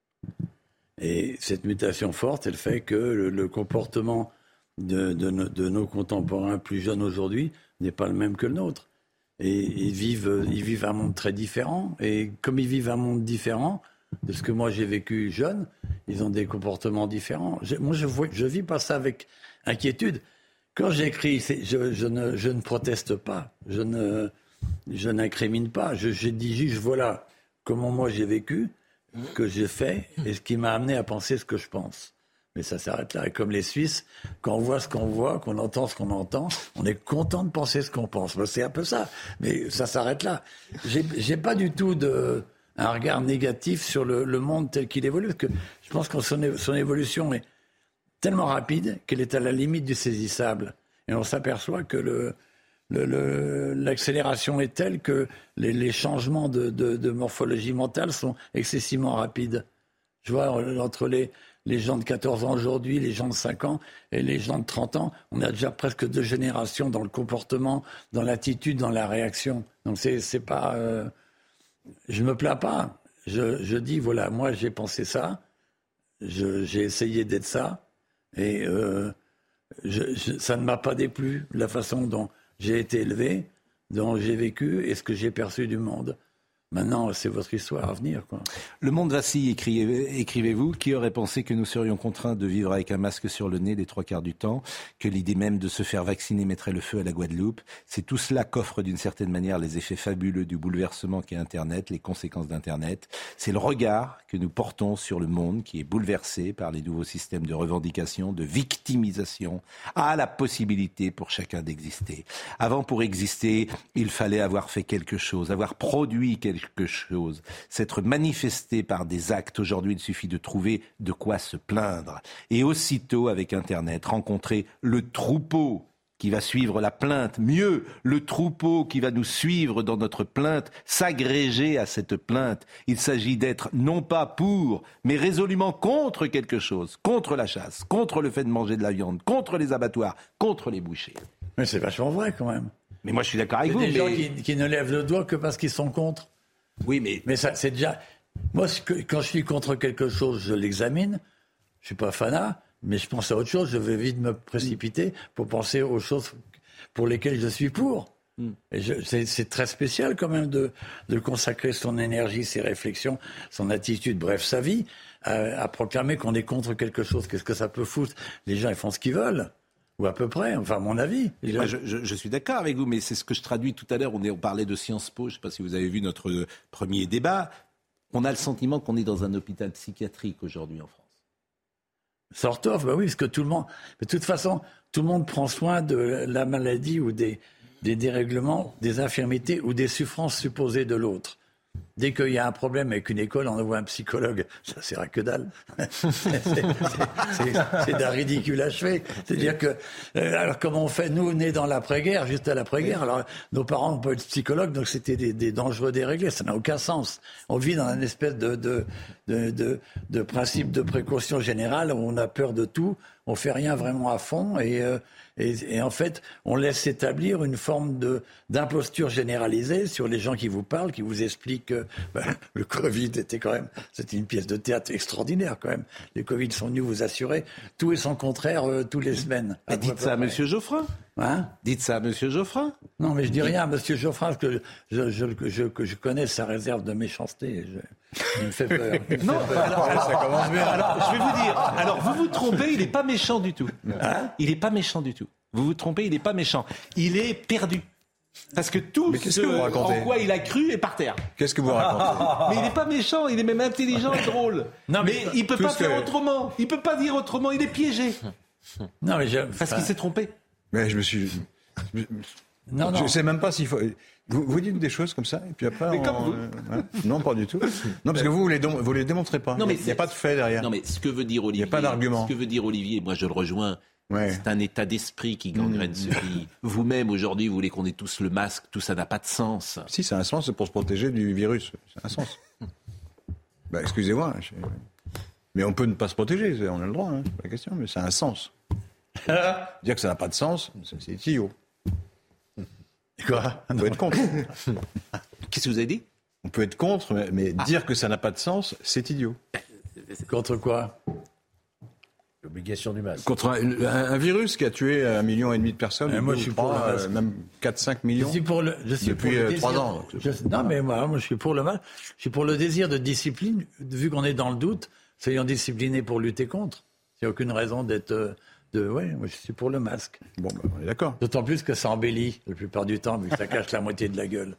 Et cette mutation forte, elle fait que le, le comportement de, de, nos, de nos contemporains plus jeunes aujourd'hui n'est pas le même que le nôtre. Et ils vivent, ils vivent un monde très différent. Et comme ils vivent un monde différent de ce que moi j'ai vécu jeune, ils ont des comportements différents. Je, moi, je ne je vis pas ça avec inquiétude. Quand j'écris, c'est, je, je, ne, je ne proteste pas, je, ne, je n'incrimine pas. Je, je dis juste, voilà comment moi j'ai vécu, que j'ai fait, et ce qui m'a amené à penser ce que je pense. Mais ça s'arrête là. Et comme les Suisses, quand on voit ce qu'on voit, qu'on entend ce qu'on entend, on est content de penser ce qu'on pense. Ben, c'est un peu ça. Mais ça s'arrête là. J'ai, j'ai pas du tout de, un regard négatif sur le, le monde tel qu'il évolue. Parce que je pense que son, son évolution est tellement rapide qu'elle est à la limite du saisissable. Et on s'aperçoit que le, le, le, l'accélération est telle que les, les changements de, de, de morphologie mentale sont excessivement rapides. Je vois entre les... Les gens de quatorze ans aujourd'hui, les gens de cinq ans et les gens de trente ans, on a déjà presque deux générations dans le comportement, dans l'attitude, dans la réaction. Donc c'est, c'est pas... Euh, je me plains pas. Je, je dis, voilà, moi j'ai pensé ça, je, j'ai essayé d'être ça, et euh, je, je, ça ne m'a pas déplu, la façon dont j'ai été élevé, dont j'ai vécu et ce que j'ai perçu du monde. Maintenant, c'est votre histoire à venir, quoi. Le monde vacille, écrivez, écrivez-vous. Qui aurait pensé que nous serions contraints de vivre avec un masque sur le nez les trois quarts du temps, que l'idée même de se faire vacciner mettrait le feu à la Guadeloupe. C'est tout cela qu'offre d'une certaine manière les effets fabuleux du bouleversement qu'est Internet, les conséquences d'Internet. C'est le regard que nous portons sur le monde qui est bouleversé par les nouveaux systèmes de revendication, de victimisation, à la possibilité pour chacun d'exister. Avant, pour exister, il fallait avoir fait quelque chose, avoir produit quelque quelque chose, s'être manifesté par des actes. Aujourd'hui, il suffit de trouver de quoi se plaindre. Et aussitôt, avec Internet, rencontrer le troupeau qui va suivre la plainte, mieux, le troupeau qui va nous suivre dans notre plainte, s'agréger à cette plainte. Il s'agit d'être non pas pour, mais résolument contre quelque chose, contre la chasse, contre le fait de manger de la viande, contre les abattoirs, contre les bouchers. Mais c'est vachement vrai quand même. Mais moi, je suis d'accord avec c'est vous. Des mais... gens qui, qui ne lèvent le doigt que parce qu'ils sont contre. Oui, mais... Mais ça, c'est déjà... Moi, quand je suis contre quelque chose, je l'examine. Je ne suis pas fanat, mais je pense à autre chose. Je vais vite me précipiter pour penser aux choses pour lesquelles je suis pour. Mm. Et je, c'est, c'est très spécial quand même de, de consacrer son énergie, ses réflexions, son attitude, bref, sa vie, à, à proclamer qu'on est contre quelque chose. Qu'est-ce que ça peut foutre ? Les gens, ils font ce qu'ils veulent. Ou à peu près, enfin, à mon avis. Moi, je, je, je suis d'accord avec vous, mais c'est ce que je traduis tout à l'heure. On, est, on parlait de Sciences Po, je ne sais pas si vous avez vu notre premier débat. On a le sentiment qu'on est dans un hôpital psychiatrique aujourd'hui en France. Sort of, bah oui, parce que tout le monde... De toute façon, tout le monde prend soin de la maladie ou des, des dérèglements, des infirmités ou des souffrances supposées de l'autre. Dès qu'il y a un problème avec une école, on envoie un psychologue. Ça sert à que dalle. c'est, c'est, c'est, c'est d'un ridicule achevé. C'est-à-dire que, euh, alors comment on fait ? Nous, nés dans l'après-guerre, juste à l'après-guerre, alors nos parents n'ont pas eu de psychologue, donc c'était des, des dangereux déréglés. Ça n'a aucun sens. On vit dans une espèce de, de, de, de, de principe de précaution générale où on a peur de tout, on fait rien vraiment à fond et... Euh, Et, et en fait, on laisse s'établir une forme de, d'imposture généralisée sur les gens qui vous parlent, qui vous expliquent que ben, le Covid était quand même, c'était une pièce de théâtre extraordinaire quand même. Les Covid sont venus vous assurer tout et son contraire euh, toutes les semaines. Mais dites ça à M. Geoffrin. Hein ? Dites ça à M. Geoffrin. Non, mais je dis rien à M. Geoffrin parce que je, je, je, je, que je connais sa réserve de méchanceté. Je, il me fait peur. Il me non, fait peur. Alors, ça commence bien. Alors, je vais vous dire. Alors, vous vous trompez, il n'est pas méchant du tout. Hein ? Il n'est pas méchant du tout. Vous vous trompez, il n'est pas méchant. Il est perdu. Parce que tout ce en quoi il a cru est par terre. Qu'est-ce que vous racontez ? Mais il n'est pas méchant, il est même intelligent et drôle. Non, mais, mais il ne peut pas faire que... autrement. Il ne peut pas dire autrement, il est piégé. Non, mais je... Parce qu'il s'est trompé. Mais je me suis... Je... Non, non. Je ne sais même pas s'il faut... Vous, vous dites des choses comme ça, et puis après... Mais on... comme vous. Ouais. Non, pas du tout. Non, parce que vous, vous les, vous les démontrez pas. Non, mais il n'y a pas de fait derrière. Non, mais ce que veut dire Olivier... Il n'y a pas d'argument. Ce que veut dire Olivier, moi je le rejoins... Ouais. C'est un état d'esprit qui gangrène mmh. ce pays. Vous-même, aujourd'hui, vous voulez qu'on ait tous le masque, tout ça n'a pas de sens. Si, ça a un sens, c'est pour se protéger du virus. Ça a un sens. Bah, excusez-moi. Je... Mais on peut ne pas se protéger, on a le droit, hein, c'est pas la question, mais ça a un sens. Dire que ça n'a pas de sens, c'est idiot. Quoi ? On peut être contre. Qu'est-ce que vous avez dit ? On peut être contre, mais, mais ah. dire que ça n'a pas de sens, c'est idiot. Contre quoi ? L'obligation du masque. Contre un, un, un virus qui a tué un million et demi de personnes, moi, je suis pour trois, euh, même quatre à cinq millions je suis pour le, je suis depuis pour le trois désir, ans. Je, non, mais moi, moi, je suis pour le mal. Je suis pour le désir de discipline. Vu qu'on est dans le doute, soyons disciplinés pour lutter contre. Il n'y a aucune raison d'être... De, ouais, moi, je suis pour le masque. Bon, ben, on est d'accord. D'autant plus que ça embellit la plupart du temps, vu que ça cache la moitié de la gueule.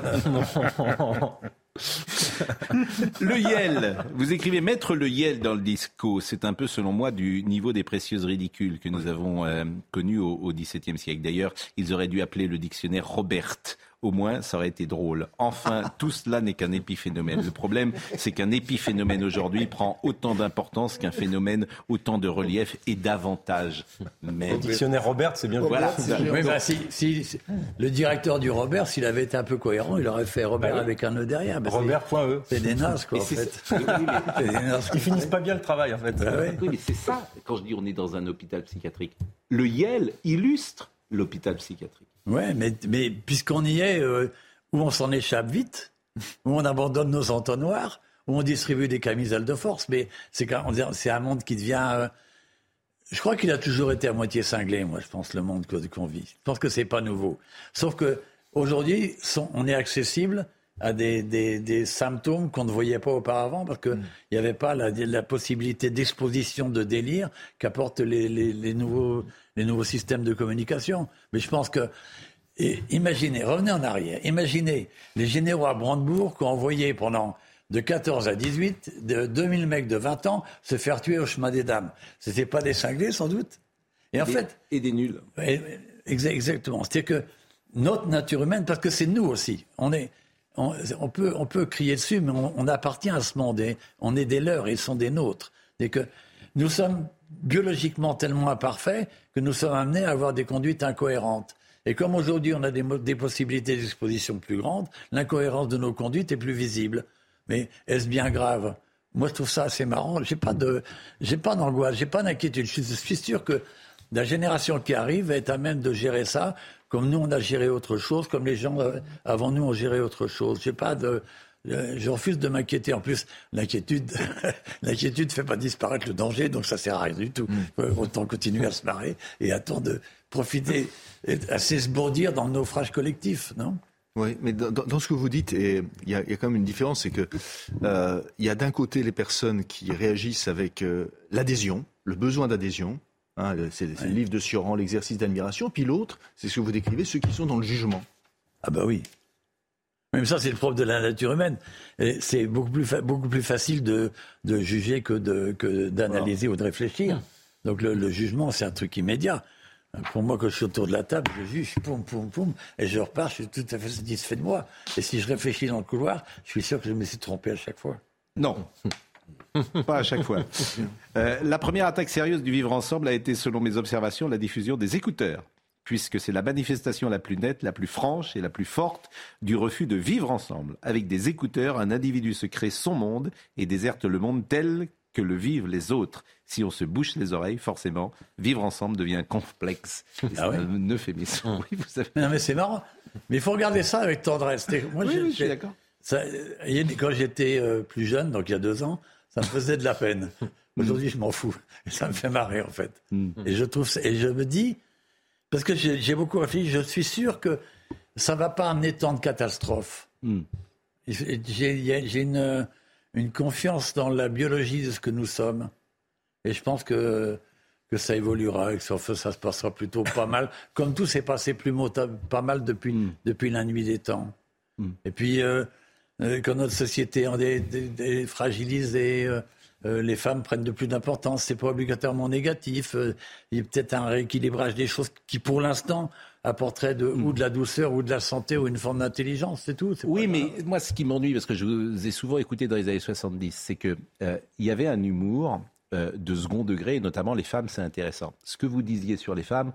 Le Yel, vous écrivez mettre le Yel dans le disco, c'est un peu selon moi du niveau des précieuses ridicules que nous avons euh, connu au, au XVIIe siècle. D'ailleurs, ils auraient dû appeler le dictionnaire Robert. Au moins, ça aurait été drôle. Enfin, tout cela n'est qu'un épiphénomène. Le problème, c'est qu'un épiphénomène aujourd'hui prend autant d'importance qu'un phénomène, autant de relief et d'avantage. Mais... Le dictionnaire Robert, c'est bien. Voilà. Oui, bah, si, si, si, le directeur du Robert, s'il avait été un peu cohérent, il aurait fait Robert bah, avec un E derrière. Bah, Robert.e. C'est des nazes, quoi, en fait. Oui, mais... des nazes. Ils finissent pas bien le travail, en fait. Bah, oui. oui, mais c'est ça, quand je dis on est dans un hôpital psychiatrique. Le Yel illustre l'hôpital psychiatrique. Ouais, mais, mais puisqu'on y est, euh, où on s'en échappe vite, où on abandonne nos entonnoirs, où on distribue des camisoles de force, mais c'est, c'est un monde qui devient... Euh, je crois qu'il a toujours été à moitié cinglé, moi, je pense, le monde qu'on vit. Je pense que c'est pas nouveau. Sauf qu'aujourd'hui, on est accessible à des, des, des symptômes qu'on ne voyait pas auparavant, parce qu'il n'y avait pas la, la possibilité d'exposition de délire qu'apportent les, les, les, nouveaux, les nouveaux systèmes de communication. Mais je pense que, et, imaginez, revenez en arrière, imaginez les généraux à Brandebourg qui ont envoyé pendant de quatorze à dix-huit, de deux mille mecs de vingt ans se faire tuer au chemin des dames. Ce n'étaient pas des cinglés, sans doute. Et en et, fait... Et des nuls. Exactement. C'est-à-dire que notre nature humaine, parce que c'est nous aussi, on est... On, on, peut, on peut crier dessus, mais on, on appartient à ce monde. Et on est des leurs, ils sont des nôtres. Et que nous sommes biologiquement tellement imparfaits que nous sommes amenés à avoir des conduites incohérentes. Et comme aujourd'hui on a des, des possibilités d'exposition plus grandes, l'incohérence de nos conduites est plus visible. Mais est-ce bien grave ? Moi, je trouve ça assez marrant. J'ai pas de, j'ai pas d'angoisse, j'ai pas d'inquiétude. Je suis, je suis sûr que la génération qui arrive va être à même de gérer ça, comme nous on a géré autre chose, comme les gens avant nous ont géré autre chose. J'ai pas de, je refuse de m'inquiéter. En plus, l'inquiétude, l'inquiétude fait pas disparaître le danger, donc ça sert à rien du tout. Mm. Autant continuer à se marrer et attendre de profiter, à s'esbourdir dans le naufrage collectif, non ? Oui, mais dans, dans ce que vous dites, il y, y a quand même une différence, c'est que euh, y a d'un côté les personnes qui réagissent avec euh, l'adhésion, le besoin d'adhésion. Hein, c'est c'est ouais. le livre de Sioran, l'exercice d'admiration. Puis l'autre, c'est ce que vous décrivez, ceux qui sont dans le jugement. Ah bah oui. Même ça, c'est le propre de la nature humaine. Et c'est beaucoup plus, fa- beaucoup plus facile de, de juger que, de, que d'analyser voilà. ou de réfléchir. Mmh. Donc le, le jugement, c'est un truc immédiat. Pour moi, quand je suis autour de la table, je juge, poum, poum, poum, et je repars, je suis tout à fait satisfait de moi. Et si je réfléchis dans le couloir, je suis sûr que je me suis trompé à chaque fois. Non. Pas à chaque fois. Euh, la première attaque sérieuse du vivre ensemble a été, selon mes observations, la diffusion des écouteurs, puisque c'est la manifestation la plus nette, la plus franche et la plus forte du refus de vivre ensemble. Avec des écouteurs, un individu se crée son monde et déserte le monde tel que le vivent les autres. Si on se bouche les oreilles, forcément, vivre ensemble devient complexe. Et ah oui. Un euphémisme. Oui, vous savez. Non, mais c'est marrant. Mais il faut regarder ça avec tendresse. Moi, oui, oui, je suis d'accord. Ça, quand j'étais euh, plus jeune, donc il y a deux ans, ça me faisait de la peine. Aujourd'hui, je m'en fous. Et ça me fait marrer, en fait. Mm. Et je trouve, et je me dis, parce que j'ai, j'ai beaucoup réfléchi, je suis sûr que ça ne va pas amener tant de catastrophes. Mm. J'ai, j'ai une, une confiance dans la biologie de ce que nous sommes. Et je pense que, que ça évoluera et que ça, ça se passera plutôt pas mal. Comme tout s'est passé plus pas mal depuis, mm. depuis la nuit des temps. Mm. Et puis, euh, quand notre société en dé, dé, dé, fragilise et euh, euh, les femmes prennent de plus d'importance, c'est pas obligatoirement négatif. Euh, il y a peut-être un rééquilibrage des choses qui, pour l'instant, apporterait de, mm. ou de la douceur, ou de la santé, ou une forme d'intelligence, c'est tout. C'est oui, mais moi, ce qui m'ennuie, parce que je vous ai souvent écouté dans les années soixante-dix, c'est qu'il euh, y avait un humour euh, de second degré, et notamment les femmes, c'est intéressant. Ce que vous disiez sur les femmes,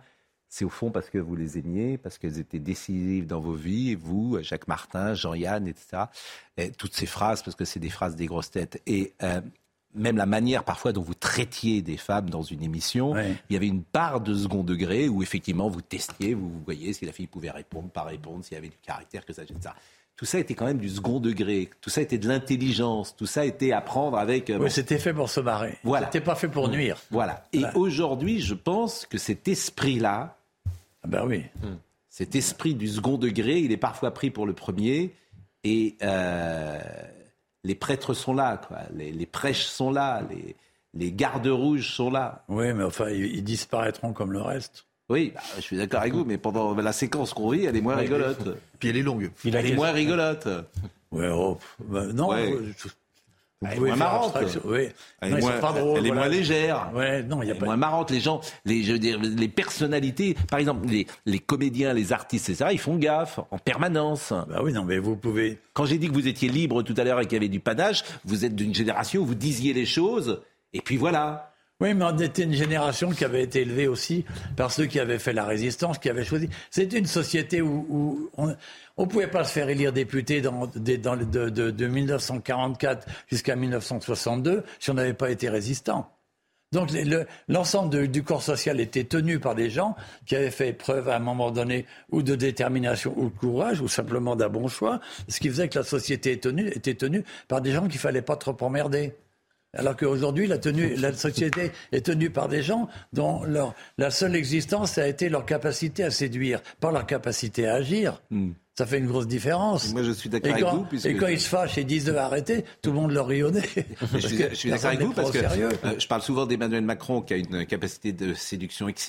c'est au fond parce que vous les aimiez, parce qu'elles étaient décisives dans vos vies, et vous, Jacques Martin, Jean-Yann, et cetera. Et toutes ces phrases, parce que c'est des phrases des grosses têtes. Et euh, même la manière parfois dont vous traitiez des femmes dans une émission, ouais. il y avait une part de second degré où effectivement vous testiez, vous, vous voyez si la fille pouvait répondre, pas répondre, s'il y avait du caractère, que ça, et cetera. Tout ça était quand même du second degré. Tout ça était de l'intelligence. Tout ça était à prendre avec... Oui, bon. C'était fait pour se marrer. Voilà. C'était pas fait pour nuire. Voilà. Et voilà. Aujourd'hui, je pense que cet esprit-là... Ah ben oui. Cet esprit du second degré, il est parfois pris pour le premier. Et euh, les prêtres sont là, quoi. Les, les prêches sont là. Les, les gardes rouges sont là. Oui, mais enfin, ils, ils disparaîtront comme le reste. Oui, bah, je suis d'accord avec vous, mais pendant la séquence qu'on vit, elle est moins rigolote. Puis elle est longue. Elle est moins rigolote. Ouais, oh, bah, non, ouais. je, elle est moins marrante. Oui. Elle, non, est, moins, pas drôles, elle est voilà. moins légère. Ouais, non, il y a elle pas... est moins marrante. Les gens, les, je veux dire, les personnalités, par exemple, les, les comédiens, les artistes, et cetera, ils font gaffe en permanence. Bah oui, non, mais vous pouvez. Quand j'ai dit que vous étiez libre tout à l'heure et qu'il y avait du panache, vous êtes d'une génération où vous disiez les choses, et puis voilà. Oui, mais on était une génération qui avait été élevée aussi par ceux qui avaient fait la résistance, qui avaient choisi. C'était une société où, où on ne pouvait pas se faire élire député dans, dans, de, de, de mille neuf cent quarante-quatre jusqu'à mille neuf cent soixante-deux si on n'avait pas été résistant. Donc le, l'ensemble de, du corps social était tenu par des gens qui avaient fait preuve à un moment donné ou de détermination ou de courage ou simplement d'un bon choix, ce qui faisait que la société était tenue, était tenue par des gens qu'il ne fallait pas trop emmerder. Alors qu'aujourd'hui, la, tenue, la société est tenue par des gens dont leur, la seule existence a été leur capacité à séduire, pas leur capacité à agir. Mm. Ça fait une grosse différence. Et moi, je suis d'accord et quand, avec vous. Puisque... Et quand ils se fâchent et disent de arrêter, tout le monde leur rit au nez. Je suis, je suis d'accord avec vous parce que euh, je parle souvent d'Emmanuel Macron qui a une capacité de séduction X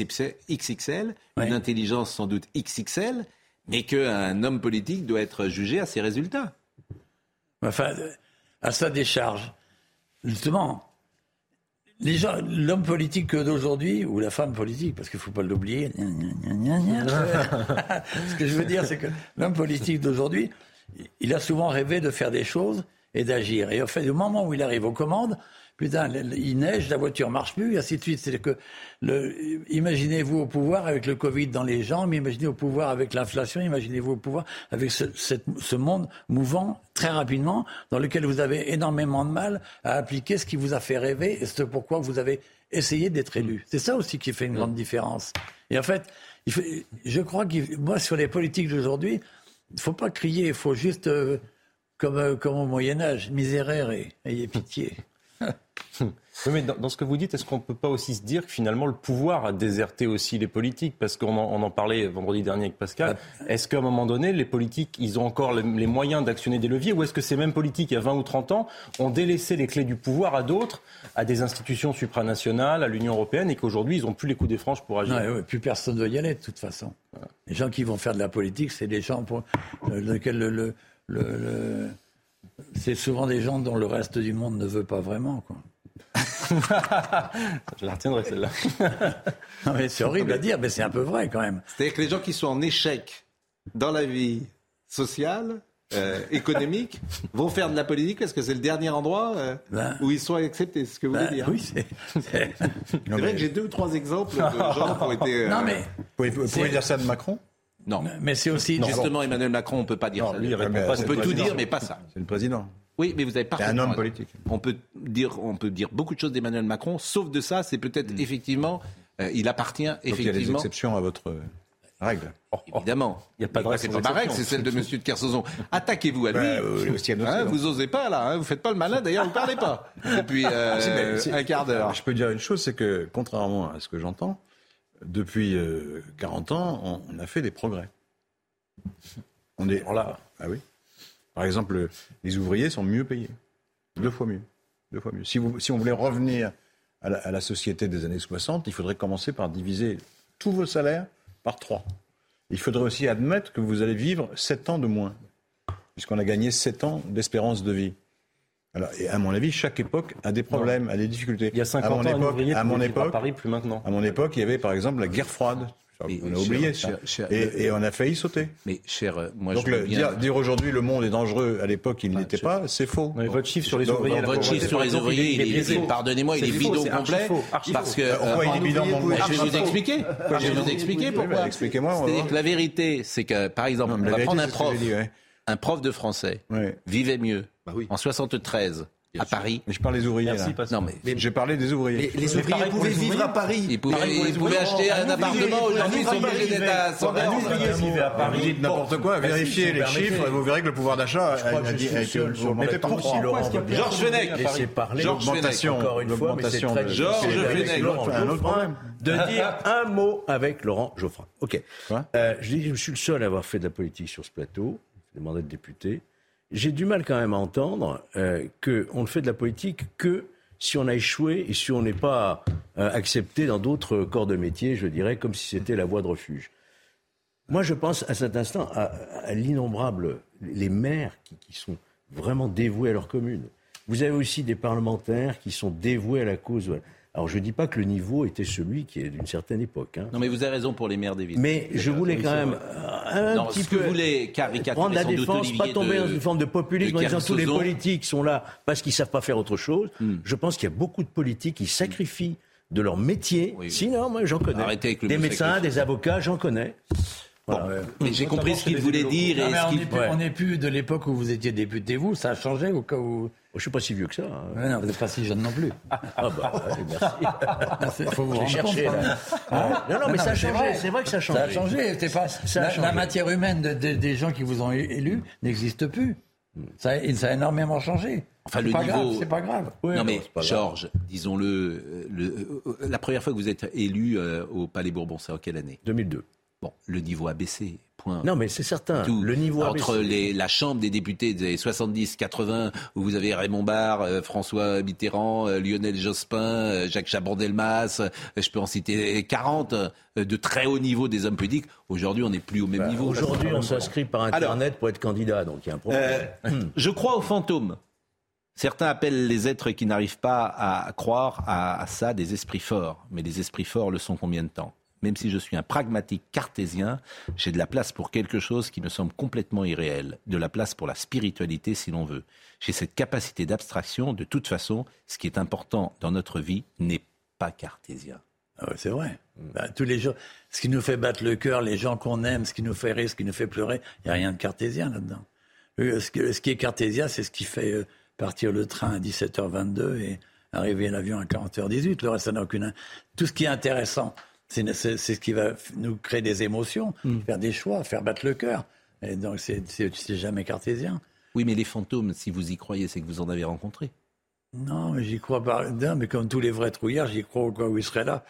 X L, oui. Une intelligence sans doute X X L, mais qu'un homme politique doit être jugé à ses résultats. Enfin, à sa décharge. Justement, les gens, l'homme politique d'aujourd'hui, ou la femme politique, parce qu'il ne faut pas l'oublier, ce que je veux dire, c'est que l'homme politique d'aujourd'hui, il a souvent rêvé de faire des choses et d'agir. Et au fait, au moment où il arrive aux commandes, putain, il neige, la voiture ne marche plus, et ainsi de suite. C'est que, le, imaginez-vous au pouvoir avec le Covid dans les jambes, imaginez-vous au pouvoir avec l'inflation, imaginez-vous au pouvoir avec ce, cette, ce monde mouvant très rapidement, dans lequel vous avez énormément de mal à appliquer ce qui vous a fait rêver et ce pourquoi vous avez essayé d'être élu. C'est ça aussi qui fait une grande différence. Et en fait, il faut, je crois que moi, sur les politiques d'aujourd'hui, il ne faut pas crier, il faut juste, euh, comme, euh, comme au Moyen-Âge, miserere, ayez pitié. Oui, mais dans, dans ce que vous dites, est-ce qu'on ne peut pas aussi se dire que finalement le pouvoir a déserté aussi les politiques ? Parce qu'on en, on en parlait vendredi dernier avec Pascal. Est-ce qu'à un moment donné, les politiques, ils ont encore les, les moyens d'actionner des leviers ? Ou est-ce que ces mêmes politiques, il y a vingt ou trente ans, ont délaissé les clés du pouvoir à d'autres, à des institutions supranationales, à l'Union européenne, et qu'aujourd'hui, ils n'ont plus les coups des franges pour agir ? Non, ouais, plus personne ne veut y aller, de toute façon. Voilà. Les gens qui vont faire de la politique, c'est des gens pour lesquels le... le, le, le c'est souvent des gens dont le reste du monde ne veut pas vraiment, quoi. Je la retiendrai, celle-là. Non, mais c'est horrible à dire, mais c'est un peu vrai, quand même. C'est-à-dire que les gens qui sont en échec dans la vie sociale, euh, économique, vont faire de la politique parce que c'est le dernier endroit euh, ben, où ils sont acceptés, c'est ce que vous ben, voulez dire. Oui, c'est... C'est, c'est vrai mais... que j'ai deux ou trois exemples de gens qui ont été... Euh... Non, mais... Vous pouvez, vous pouvez dire ça de Macron ? Non. Mais c'est aussi... Non, Justement, Emmanuel Macron, on ne peut pas dire non, ça. Lui, mais pas, on peut tout dire, mais pas ça. C'est le président. Oui, mais vous avez parfaitement. C'est un homme politique. On peut dire, on peut dire beaucoup de choses d'Emmanuel Macron, sauf de ça, c'est peut-être mmh. effectivement, euh, il appartient Donc effectivement. Il y a des exceptions à votre règle. Oh, oh. Évidemment. Il n'y a pas de règle. C'est pas ma règle, c'est celle de Monsieur de Kersauzon. Attaquez-vous à lui. Bah, euh, hein, vous osez pas là, hein, vous faites pas le malin. D'ailleurs, vous parlez pas depuis euh, si, mais, si, un quart d'heure. Je peux dire une chose, c'est que contrairement à ce que j'entends, depuis euh, quarante ans, on, on a fait des progrès. On est là. Ah oui. Par exemple, les ouvriers sont mieux payés. Deux fois mieux. Deux fois mieux. Si, vous, si on voulait revenir à la, à la société des années soixante, il faudrait commencer par diviser tous vos salaires par trois. Il faudrait aussi admettre que vous allez vivre sept ans de moins, puisqu'on a gagné sept ans d'espérance de vie. Alors, et à mon avis, chaque époque a des problèmes, non. a des difficultés. Il y a cinquante ans, un ouvrier à mon époque, à mon époque, à Paris, plus maintenant. À mon époque, il y avait par exemple la guerre froide. Mais, on a oublié cher, ça. Cher, et, cher, et on a failli sauter. Mais cher, moi Donc je le, bien... dire, dire aujourd'hui le monde est dangereux, à l'époque il ne l'était ah, pas, c'est faux. Mais votre chiffre sur les Donc, ouvriers, votre chiffre sur les ouvriers, il est, il est, pardonnez-moi, il est bidon complet. Parce que pourquoi il est bidon complet ? Je vais vous expliquer. Je vais vous expliquer pourquoi. Expliquez-moi. C'est-à-dire que la vérité, c'est que par exemple, on va prendre un prof, un prof de français vivait mieux en soixante-treize. À Paris. Mais je parle des ouvriers. Merci, là. Non, mais, mais j'ai parlé des ouvriers. Les, les ouvriers pouvaient vivre à Paris. Ils pouvaient, ils pouvaient acheter un, un appartement. Aujourd'hui, ils sont obligés d'être à cent euros. Un ouvrier vivait à Paris. Vous dites n'importe quoi. Vérifiez les chiffres. Vous verrez que le pouvoir d'achat a été augmenté par trois. Georges Fenech. Laissez parler. Georges Fenech. Encore une fois, mais c'est très Georges Fenech. Un autre problème. De dire un mot avec Laurent Geoffrin. Ok. Je dis, je suis le seul à avoir fait de la politique sur ce plateau. J'ai demandé de député. J'ai du mal quand même à entendre euh, qu'on ne fait de la politique que si on a échoué et si on n'est pas euh, accepté dans d'autres corps de métier, je dirais, comme si c'était la voie de refuge. Moi, je pense à cet instant à, à l'innombrable, les maires qui, qui sont vraiment dévoués à leur commune. Vous avez aussi des parlementaires qui sont dévoués à la cause. Alors, je ne dis pas que le niveau était celui qui est d'une certaine époque. Hein. Non, mais vous avez raison pour les maires des villes. Mais je voulais quand même un non, petit ce peu que vous voulez caricaturer prendre la défense, pas tomber de, dans une forme de populisme en disant tous les politiques sont là parce qu'ils ne savent pas faire autre chose. Hmm. Je pense qu'il y a beaucoup de politiques qui sacrifient de leur métier. Oui, oui. Sinon, moi, j'en connais. Des médecins, sacrifice. Des avocats, j'en connais. Bon, voilà. Mais j'ai compris ce qu'il voulait dire. Non, et mais ce on qu'il... n'est plus, ouais. plus de l'époque où vous étiez député, vous. Ça a changé au cas où... Je ne suis pas si vieux que ça. Hein. Ouais, non, vous n'êtes pas si jeune non plus. Ah bah, ouais, merci. Il faut vous rendre cherché, compte. Là. Hein non, non, mais non, ça a changé. C'est vrai. c'est vrai que ça a changé. Ça a changé. C'est pas, ça a la, changé. La matière humaine de, de, des gens qui vous ont élus n'existe plus. Ça, ça a énormément changé. Enfin, c'est le pas niveau. Grave, c'est pas grave. Oui, non, mais Georges, disons-le, le, la première fois que vous êtes élu euh, au Palais Bourbon, c'est en quelle année ? deux mille deux. Bon, le niveau a baissé. Point. Non, mais c'est certain. Tout. Le niveau entre les, la Chambre des députés des années soixante-dix quatre-vingts, où vous avez Raymond Barre, euh, François Mitterrand, euh, Lionel Jospin, euh, Jacques Chaban-Delmas, euh, je peux en citer quarante, euh, de très haut niveau des hommes politiques. Aujourd'hui, on n'est plus au même bah, niveau. Aujourd'hui, on s'inscrit par Internet Alors, pour être candidat, donc il y a un problème. Euh, je crois aux fantômes. Certains appellent les êtres qui n'arrivent pas à croire à, à ça des esprits forts. Mais les esprits forts le sont combien de temps ? Même si je suis un pragmatique cartésien, j'ai de la place pour quelque chose qui me semble complètement irréel, de la place pour la spiritualité si l'on veut. J'ai cette capacité d'abstraction, de toute façon, ce qui est important dans notre vie n'est pas cartésien. Ah ouais, c'est vrai. Bah, tous les jours, ce qui nous fait battre le cœur, les gens qu'on aime, ce qui nous fait rire, ce qui nous fait pleurer, il n'y a rien de cartésien là-dedans. Ce qui, ce qui est cartésien, c'est ce qui fait euh, partir le train à dix-sept heures vingt-deux et arriver à l'avion à quarante heures dix-huit. Le reste, ça n'a aucune... Tout ce qui est intéressant, C'est, c'est, c'est ce qui va nous créer des émotions, mmh. faire des choix, faire battre le cœur. Et donc, c'est, c'est, c'est jamais cartésien. Oui, mais les fantômes, si vous y croyez, c'est que vous en avez rencontré. Non, mais j'y crois pas. Non, mais comme tous les vrais trouillards, j'y crois au cas où ils seraient là.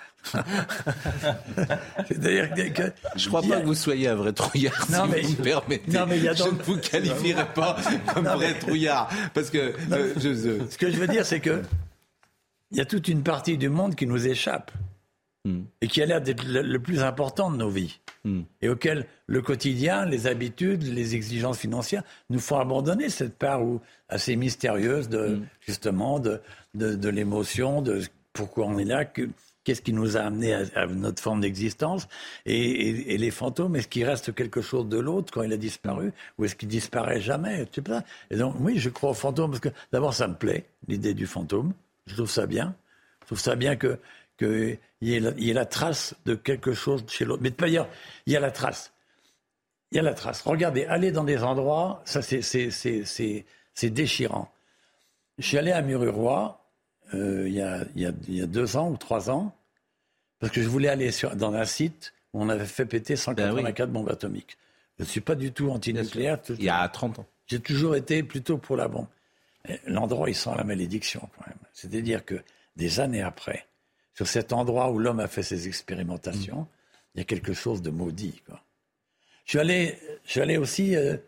C'est-à-dire que... Je crois pas a... que vous soyez un vrai trouillard, non, si mais... vous me permettez. Non, mais il y a donc... Je ne vous qualifierai pas comme non, vrai mais... trouillard. Parce que... Euh, je... Ce que je veux dire, c'est que il y a toute une partie du monde qui nous échappe. Et qui a l'air d'être le plus important de nos vies, mm. et auquel le quotidien, les habitudes, les exigences financières nous font abandonner cette part où, assez mystérieuse de, mm. justement de, de, de l'émotion, de pourquoi on est là, que, qu'est-ce qui nous a amené à, à notre forme d'existence, et, et, et les fantômes, est-ce qu'il reste quelque chose de l'autre quand il a disparu, ou est-ce qu'il disparaît jamais, tu sais pas. Et donc oui, je crois aux fantômes parce que d'abord ça me plaît, l'idée du fantôme, je trouve ça bien, je trouve ça bien que qu'il y ait la, il y ait la trace de quelque chose chez l'autre. Mais de pas dire, il y a la trace. Il y a la trace. Regardez, aller dans des endroits, ça c'est, c'est, c'est, c'est, c'est déchirant. Je suis allé à Mururoa euh, il, y a, il, y a, il y a deux ans ou trois ans, parce que je voulais aller sur, dans un site où on avait fait péter cent quatre-vingt-quatre ben oui. bombes atomiques. Je ne suis pas du tout anti-nucléaire. Il y a trente ans. J'ai toujours été plutôt pour la bombe. Et l'endroit, il sent la malédiction quand même. C'est-à-dire que des années après, sur cet endroit où l'homme a fait ses expérimentations, mmh. il y a quelque chose de maudit, quoi. Je suis allé, je suis allé aussi euh,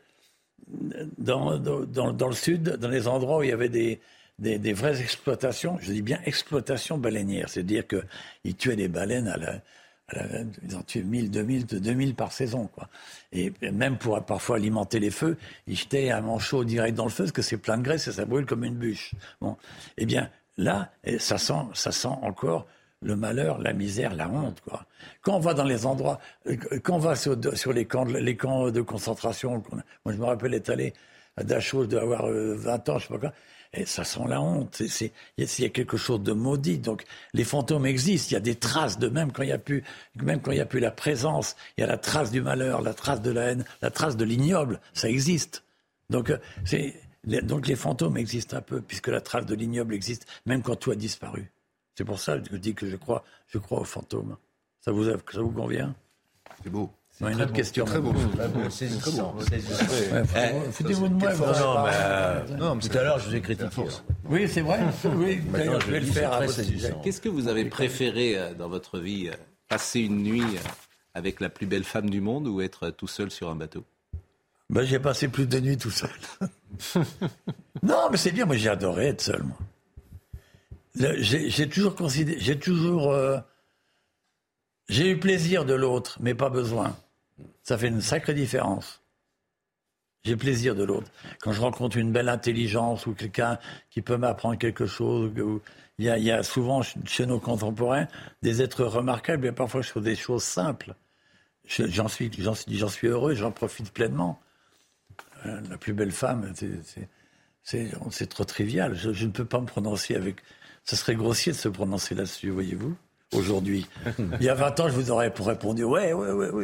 dans, dans, dans le sud, dans les endroits où il y avait des, des, des vraies exploitations, je dis bien exploitation baleinière, c'est-à-dire qu'ils tuaient des baleines à la... à la ils en tuaient mille, deux mille, deux mille par saison, quoi. Et même pour parfois alimenter les feux, ils jetaient un manchot direct dans le feu, parce que c'est plein de graisse et ça brûle comme une bûche. Bon, eh bien, là, ça sent, ça sent encore... le malheur, la misère, la honte, quoi. Quand on va dans les endroits, quand on va sur, sur les, camps, les camps de concentration, moi je me rappelle être allé à Dachau, je dois avoir vingt ans, je sais pas quoi, et ça sent la honte. C'est, c'est, il y a quelque chose de maudit. Donc les fantômes existent, il y a des traces de même quand il y a plus, même quand il y a plus la présence, il y a la trace du malheur, la trace de la haine, la trace de l'ignoble, ça existe. Donc c'est, donc les fantômes existent un peu, puisque la trace de l'ignoble existe, même quand tout a disparu. C'est pour ça que je dis que je crois, je crois aux fantômes. Ça vous, ça vous convient ? C'est beau. C'est une autre beau. question. C'est très beau. C'est très beau. Foutez-vous de moi. Non, mais, euh, non, mais tout à l'heure, je vous ai critiqué. Oui, c'est vrai. Oui, d'ailleurs, je vais le faire à votre sujet. Qu'est-ce que vous avez préféré dans votre vie ? Passer une nuit avec la plus belle femme du monde ou être tout seul sur un bateau ? Ben, j'ai passé plus de nuits tout seul. Non, mais c'est bien. Moi, j'ai adoré être seul, moi. Le, j'ai, j'ai toujours considéré, j'ai toujours, euh, j'ai eu plaisir de l'autre, mais pas besoin. Ça fait une sacrée différence. J'ai plaisir de l'autre. Quand je rencontre une belle intelligence ou quelqu'un qui peut m'apprendre quelque chose, il y a, il y a souvent chez nos contemporains des êtres remarquables, mais parfois sur des choses simples. Je, j'en suis, j'en, j'en suis heureux, j'en profite pleinement. Euh, la plus belle femme, c'est, c'est, c'est, c'est trop trivial. Je, je ne peux pas me prononcer avec. Ça serait grossier de se prononcer là-dessus, voyez-vous, aujourd'hui. Il y a vingt ans, je vous aurais répondu « ouais, ouais, ouais, ouais ».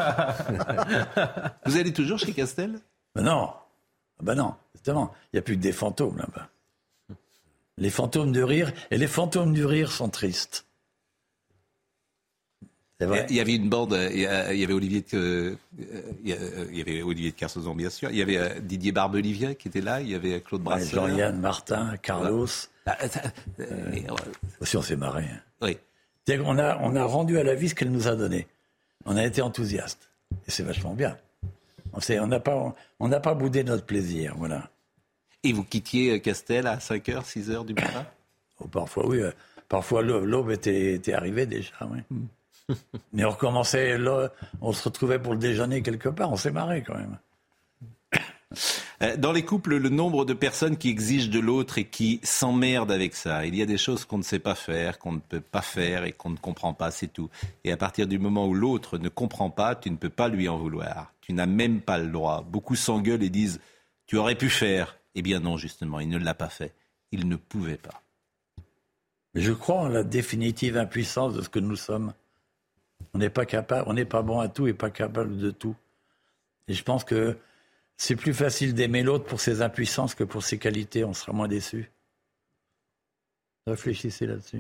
Vous allez toujours chez Castel ? Ben non, ben non, justement, il n'y a plus que des fantômes là-bas. Les fantômes du rire, et les fantômes du rire sont tristes. C'est vrai. Il y avait une bande, il y avait Olivier de, il y avait Olivier de Kersauzon, bien sûr, il y avait Didier Barbelivien qui était là, il y avait Claude Brasseur. Ouais, Jean-Yann Martin, Carlos. Ah, euh, euh, aussi on s'est marré. Hein. Oui. On a, on a rendu à la vie ce qu'elle nous a donné. On a été enthousiastes. Et c'est vachement bien. On n'a pas, on n'a pas boudé notre plaisir, voilà. Et vous quittiez Castel à cinq heures, six heures du matin ? Oh, parfois, oui. Euh, parfois, l'aube était, était arrivée déjà, oui. Mm. Mais on recommençait, là, on se retrouvait pour le déjeuner quelque part, on s'est marré quand même. Dans les couples, le nombre de personnes qui exigent de l'autre et qui s'emmerdent avec ça. Il y a des choses qu'on ne sait pas faire, qu'on ne peut pas faire et qu'on ne comprend pas, c'est tout. Et à partir du moment où l'autre ne comprend pas, tu ne peux pas lui en vouloir. Tu n'as même pas le droit. Beaucoup s'engueulent et disent « tu aurais pu faire ». Eh bien non, justement, il ne l'a pas fait. Il ne pouvait pas. Je crois en la définitive impuissance de ce que nous sommes. On n'est pas capable, on n'est pas bon à tout et pas capable de tout. Et je pense que c'est plus facile d'aimer l'autre pour ses impuissances que pour ses qualités. On sera moins déçus. Réfléchissez là-dessus.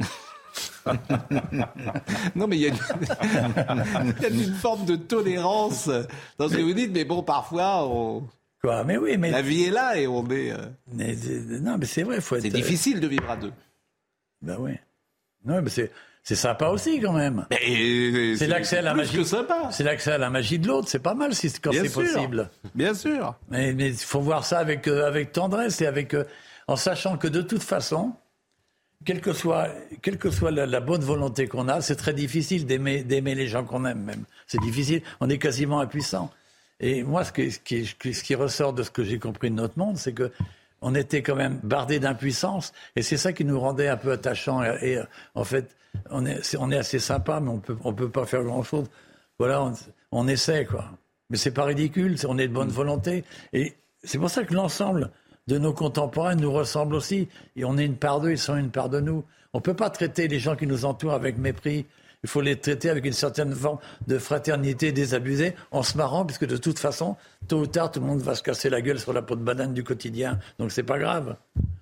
Non, mais il y, y a une forme de tolérance dans ce que vous dites, mais bon, parfois, on... Quoi, mais oui, mais... la vie est là et on est... Euh... Mais, non, mais c'est vrai, faut être... C'est difficile de vivre à deux. Ben oui. Non, mais c'est... C'est sympa aussi quand même. Mais c'est, c'est l'accès à la magie. Que sympa. C'est l'accès à la magie de l'autre. C'est pas mal si, quand Bien c'est sûr. possible. Bien sûr. Mais il faut voir ça avec euh, avec tendresse et avec euh, en sachant que de toute façon, quelle que soit quelle que soit la, la bonne volonté qu'on a, c'est très difficile d'aimer d'aimer les gens qu'on aime même. C'est difficile. On est quasiment impuissant. Et moi, ce, que, ce, qui, ce qui ressort de ce que j'ai compris de notre monde, c'est que on était quand même bardé d'impuissance. Et c'est ça qui nous rendait un peu attachants. Et, et en fait, on est, on est assez sympa, mais on peut, on peut pas faire grand-chose. Voilà, on, on essaie, quoi. Mais c'est pas ridicule, on est de bonne volonté. Et c'est pour ça que l'ensemble de nos contemporains nous ressemble aussi. Et on est une part d'eux, ils sont une part de nous. On peut pas traiter les gens qui nous entourent avec mépris. Il faut les traiter avec une certaine forme de fraternité désabusée, en se marrant, puisque de toute façon, tôt ou tard, tout le monde va se casser la gueule sur la peau de banane du quotidien. Donc c'est pas grave.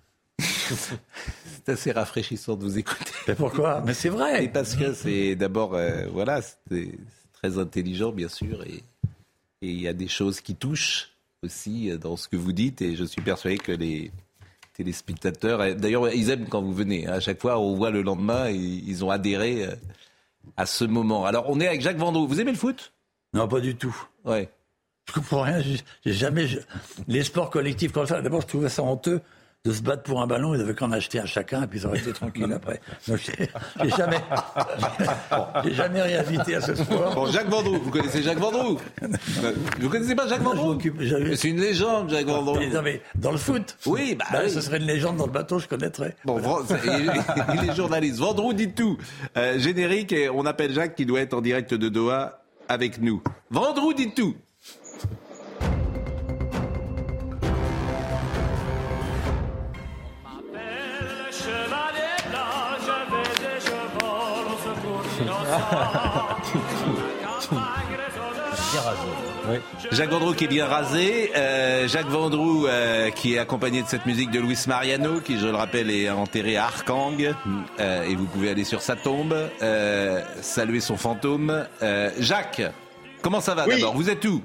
C'est assez rafraîchissant de vous écouter. Mais pourquoi ? Mais c'est vrai. Et parce que c'est d'abord, euh, voilà, c'est, c'est très intelligent, bien sûr, et il y a des choses qui touchent aussi dans ce que vous dites, et je suis persuadé que les téléspectateurs, d'ailleurs, ils aiment quand vous venez. À chaque fois, on voit le lendemain, et ils ont adhéré à ce moment. Alors, on est avec Jacques Vendroux. Vous aimez le foot ? Non, pas du tout. Ouais. Je comprends rien. J'ai, j'ai jamais. Je... Les sports collectifs comme ça. D'abord, je trouvais ça honteux de se battre pour un ballon, ils n'avaient qu'en acheter un chacun et puis ils auraient été tranquilles après. Donc, j'ai, j'ai jamais, j'ai jamais rien invité à ce sport. Bon, Jacques Vendroux, vous connaissez Jacques Vendroux? Vous connaissez pas Jacques Vendroux? C'est une légende, Jacques Vendroux. Non, mais dans le foot. Oui, bah, bah oui. Ce serait une légende dans le bateau, je connaîtrais. Bon, voilà. il, il est journaliste. Vendroux dit tout. Euh, générique, et on appelle Jacques qui doit être en direct de Doha avec nous. Vendroux dit tout. Bien rasé. Oui. Jacques Vendroux qui est bien rasé. Euh, Jacques Vendroux euh, qui est accompagné de cette musique de Luis Mariano, qui, je le rappelle, est enterré à Arkang. Euh, et vous pouvez aller sur sa tombe, euh, saluer son fantôme. Euh, Jacques, comment ça va oui. d'abord? Vous êtes où?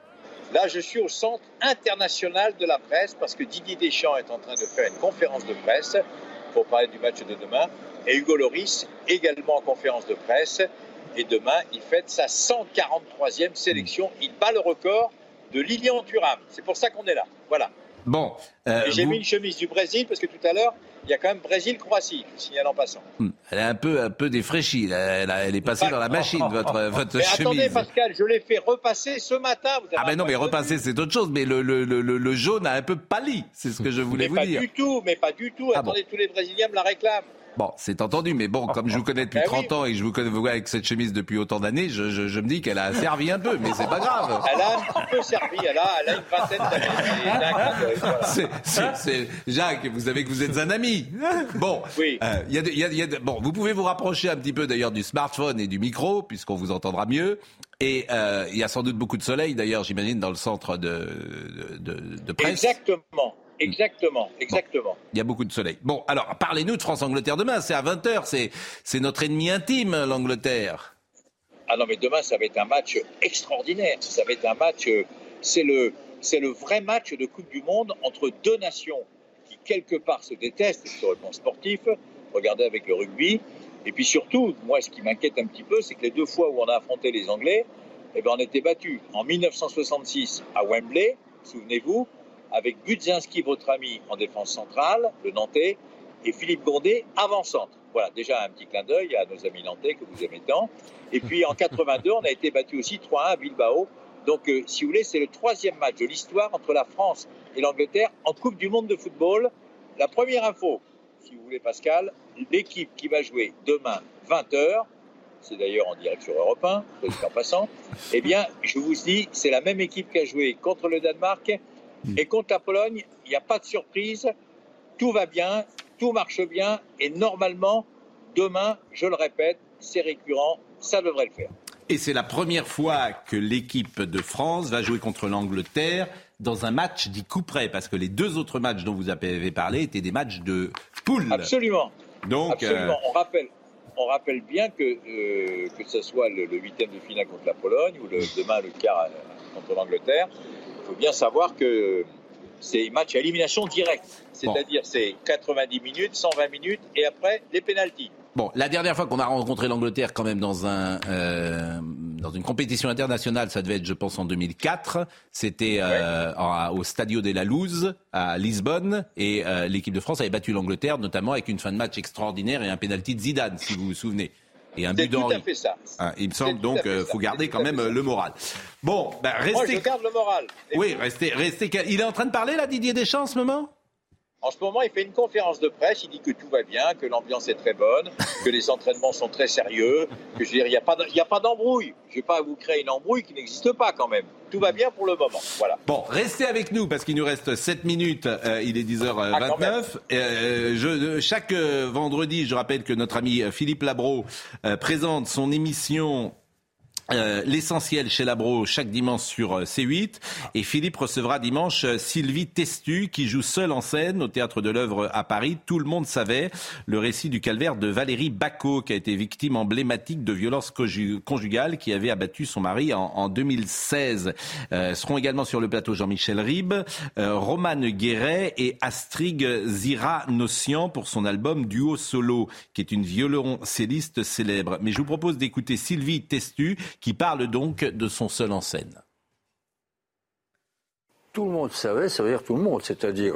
Là, je suis au Centre international de la presse parce que Didier Deschamps est en train de faire une conférence de presse pour parler du match de demain. Et Hugo Lloris, également en conférence de presse. Et demain, il fête sa cent quarante-troisième sélection. Il bat le record de Lilian Thuram. C'est pour ça qu'on est là. Voilà. Bon. Euh, et j'ai vous... mis une chemise du Brésil parce que tout à l'heure, il y a quand même Brésil-Croatie, je signale en passant. Elle est un peu, un peu défraîchie. Elle, elle est passée dans la machine, votre, votre mais chemise. Attendez, Pascal, je l'ai fait repasser ce matin. Vous avez ah ben non, mais repasser, c'est autre chose. Mais le, le, le, le jaune a un peu pâli. C'est ce que je voulais mais vous dire. Mais pas du tout, mais pas du tout. Ah attendez, bon. tous les Brésiliens me la réclament. Bon, c'est entendu, mais bon, comme je vous connais depuis ben trente oui. ans et que je vous connais vous, avec cette chemise depuis autant d'années, je, je, je me dis qu'elle a servi un peu, mais c'est pas grave. Elle a un petit peu servi, elle a, elle a une vingtaine d'années. Voilà. C'est, c'est, c'est, Jacques, vous savez que vous êtes un ami. Bon, oui. euh, y a de, y a, y a de, bon, vous pouvez vous rapprocher un petit peu d'ailleurs du smartphone et du micro, puisqu'on vous entendra mieux. Et il euh, y a sans doute beaucoup de soleil, d'ailleurs, j'imagine, dans le centre de, de, de, de presse. Exactement. Exactement, exactement. Bon, il y a beaucoup de soleil. Bon, alors, parlez-nous de France-Angleterre demain. C'est à vingt heures, c'est, c'est notre ennemi intime, l'Angleterre. Ah non, mais demain, ça va être un match extraordinaire. Ça va être un match, c'est le, c'est le vrai match de Coupe du Monde entre deux nations qui, quelque part, se détestent sur le plan sportif. Regardez avec le rugby. Et puis surtout, moi, ce qui m'inquiète un petit peu, c'est que les deux fois où on a affronté les Anglais, eh ben, on était battus en dix-neuf cent soixante-six à Wembley, souvenez-vous, avec Budzinski, votre ami, en défense centrale, le Nantais, et Philippe Gondé, avant-centre. Voilà, déjà un petit clin d'œil à nos amis nantais que vous aimez tant. Et puis en quatre-vingt-deux, on a été battu aussi trois à un à Bilbao. Donc, euh, si vous voulez, c'est le troisième match de l'histoire entre la France et l'Angleterre en Coupe du Monde de football. La première info, si vous voulez, Pascal, l'équipe qui va jouer demain, vingt heures, c'est d'ailleurs en direct sur Europe un, en passant, eh bien, je vous dis, c'est la même équipe qui a joué contre le Danemark. Et contre la Pologne, il n'y a pas de surprise, tout va bien, tout marche bien, et normalement, demain, je le répète, c'est récurrent, ça devrait le faire. Et c'est la première fois que l'équipe de France va jouer contre l'Angleterre dans un match dit coup près, parce que les deux autres matchs dont vous avez parlé étaient des matchs de poule. Absolument. Donc, Absolument. Euh... On rappelle. On rappelle bien que, euh, que ce soit le, le huitième de finale contre la Pologne ou le, demain le quart euh, contre l'Angleterre, il faut bien savoir que c'est match à élimination directe. C'est-à-dire bon. C'est quatre-vingt-dix minutes, cent vingt minutes et après des pénaltys. Bon, la dernière fois qu'on a rencontré l'Angleterre quand même dans un euh, dans une compétition internationale, ça devait être, je pense, en deux mille quatre. C'était euh, ouais. au Stadio de la Luz à Lisbonne et euh, l'équipe de France avait battu l'Angleterre, notamment avec une fin de match extraordinaire et un pénalty de Zidane, si vous vous souvenez. Et un but d'Henry. C'est tout à fait ça. Hein, il me semble donc qu'il euh, faut garder quand même le moral. Bon, ben restez. Moi, je garde le moral. Et oui, restez, restez. Il est en train de parler là, Didier Deschamps, en ce moment ? En ce moment, il fait une conférence de presse, il dit que tout va bien, que l'ambiance est très bonne, que les entraînements sont très sérieux, que je veux dire, il n'y a pas, il n'y a pas d'embrouille. Je ne vais pas vous créer une embrouille qui n'existe pas quand même. Tout va bien pour le moment. Voilà. Bon, restez avec nous parce qu'il nous reste sept minutes, euh, il est dix heures vingt-neuf. Ah, euh, je, chaque euh, vendredi, je rappelle que notre ami Philippe Labro euh, présente son émission Euh, l'essentiel chez Labro chaque dimanche sur C huit et Philippe recevra dimanche Sylvie Testu qui joue seule en scène au Théâtre de l'Œuvre à Paris. Tout le monde savait le récit du calvaire de Valérie Bacot qui a été victime emblématique de violences conjugales qui avait abattu son mari en, en deux mille seize. Euh, seront également sur le plateau Jean-Michel Ribes, euh, Romane Guéret et Astrid Zira-Nocian pour son album Duo Solo qui est une violoncelliste célèbre. Mais je vous propose d'écouter Sylvie Testu qui parle donc de son seul en scène. Tout le monde savait, ça veut dire tout le monde, c'est-à-dire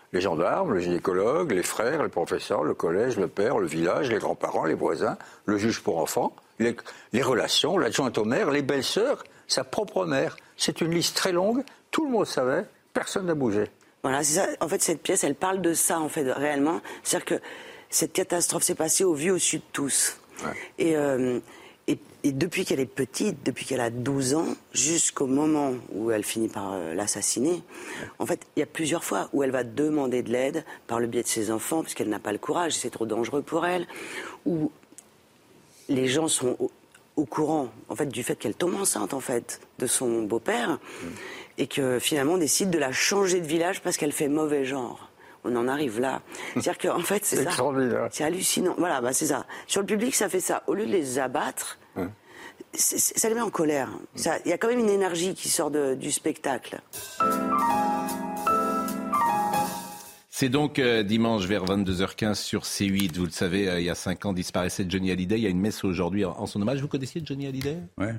Les gendarmes, le gynécologue, les frères, les professeurs, le collège, le père, le village, les grands-parents, les voisins, le juge pour enfants, les, les relations, l'adjointe au maire, les belles-sœurs, sa propre mère. C'est une liste très longue, tout le monde savait, personne n'a bougé. Voilà, c'est ça. En fait, cette pièce, elle parle de ça, en fait, réellement. C'est-à-dire que cette catastrophe s'est passée au vu, au su de tous. Ouais. Et, euh, et, et depuis qu'elle est petite, depuis qu'elle a douze ans, jusqu'au moment où elle finit par euh, l'assassiner, ouais. en fait, il y a plusieurs fois où elle va demander de l'aide par le biais de ses enfants, puisqu'elle n'a pas le courage, c'est trop dangereux pour elle, où les gens sont au, au courant, en fait, du fait qu'elle tombe enceinte, en fait, de son beau-père, mmh. et que finalement on décide de la changer de village parce qu'elle fait mauvais genre. On en arrive là. C'est-à-dire qu'en fait, c'est, c'est ça. C'est hallucinant. Voilà, bah, c'est ça. Sur le public, ça fait ça. Au lieu de les abattre, mmh. c'est, c'est, ça les met en colère. Il mmh. y a quand même une énergie qui sort de, du spectacle. C'est donc euh, dimanche vers vingt-deux heures quinze sur C huit. Vous le savez, euh, il y a cinq ans disparaissait Johnny Hallyday. Il y a une messe aujourd'hui en, en son hommage. Vous connaissiez Johnny Hallyday ? Ouais.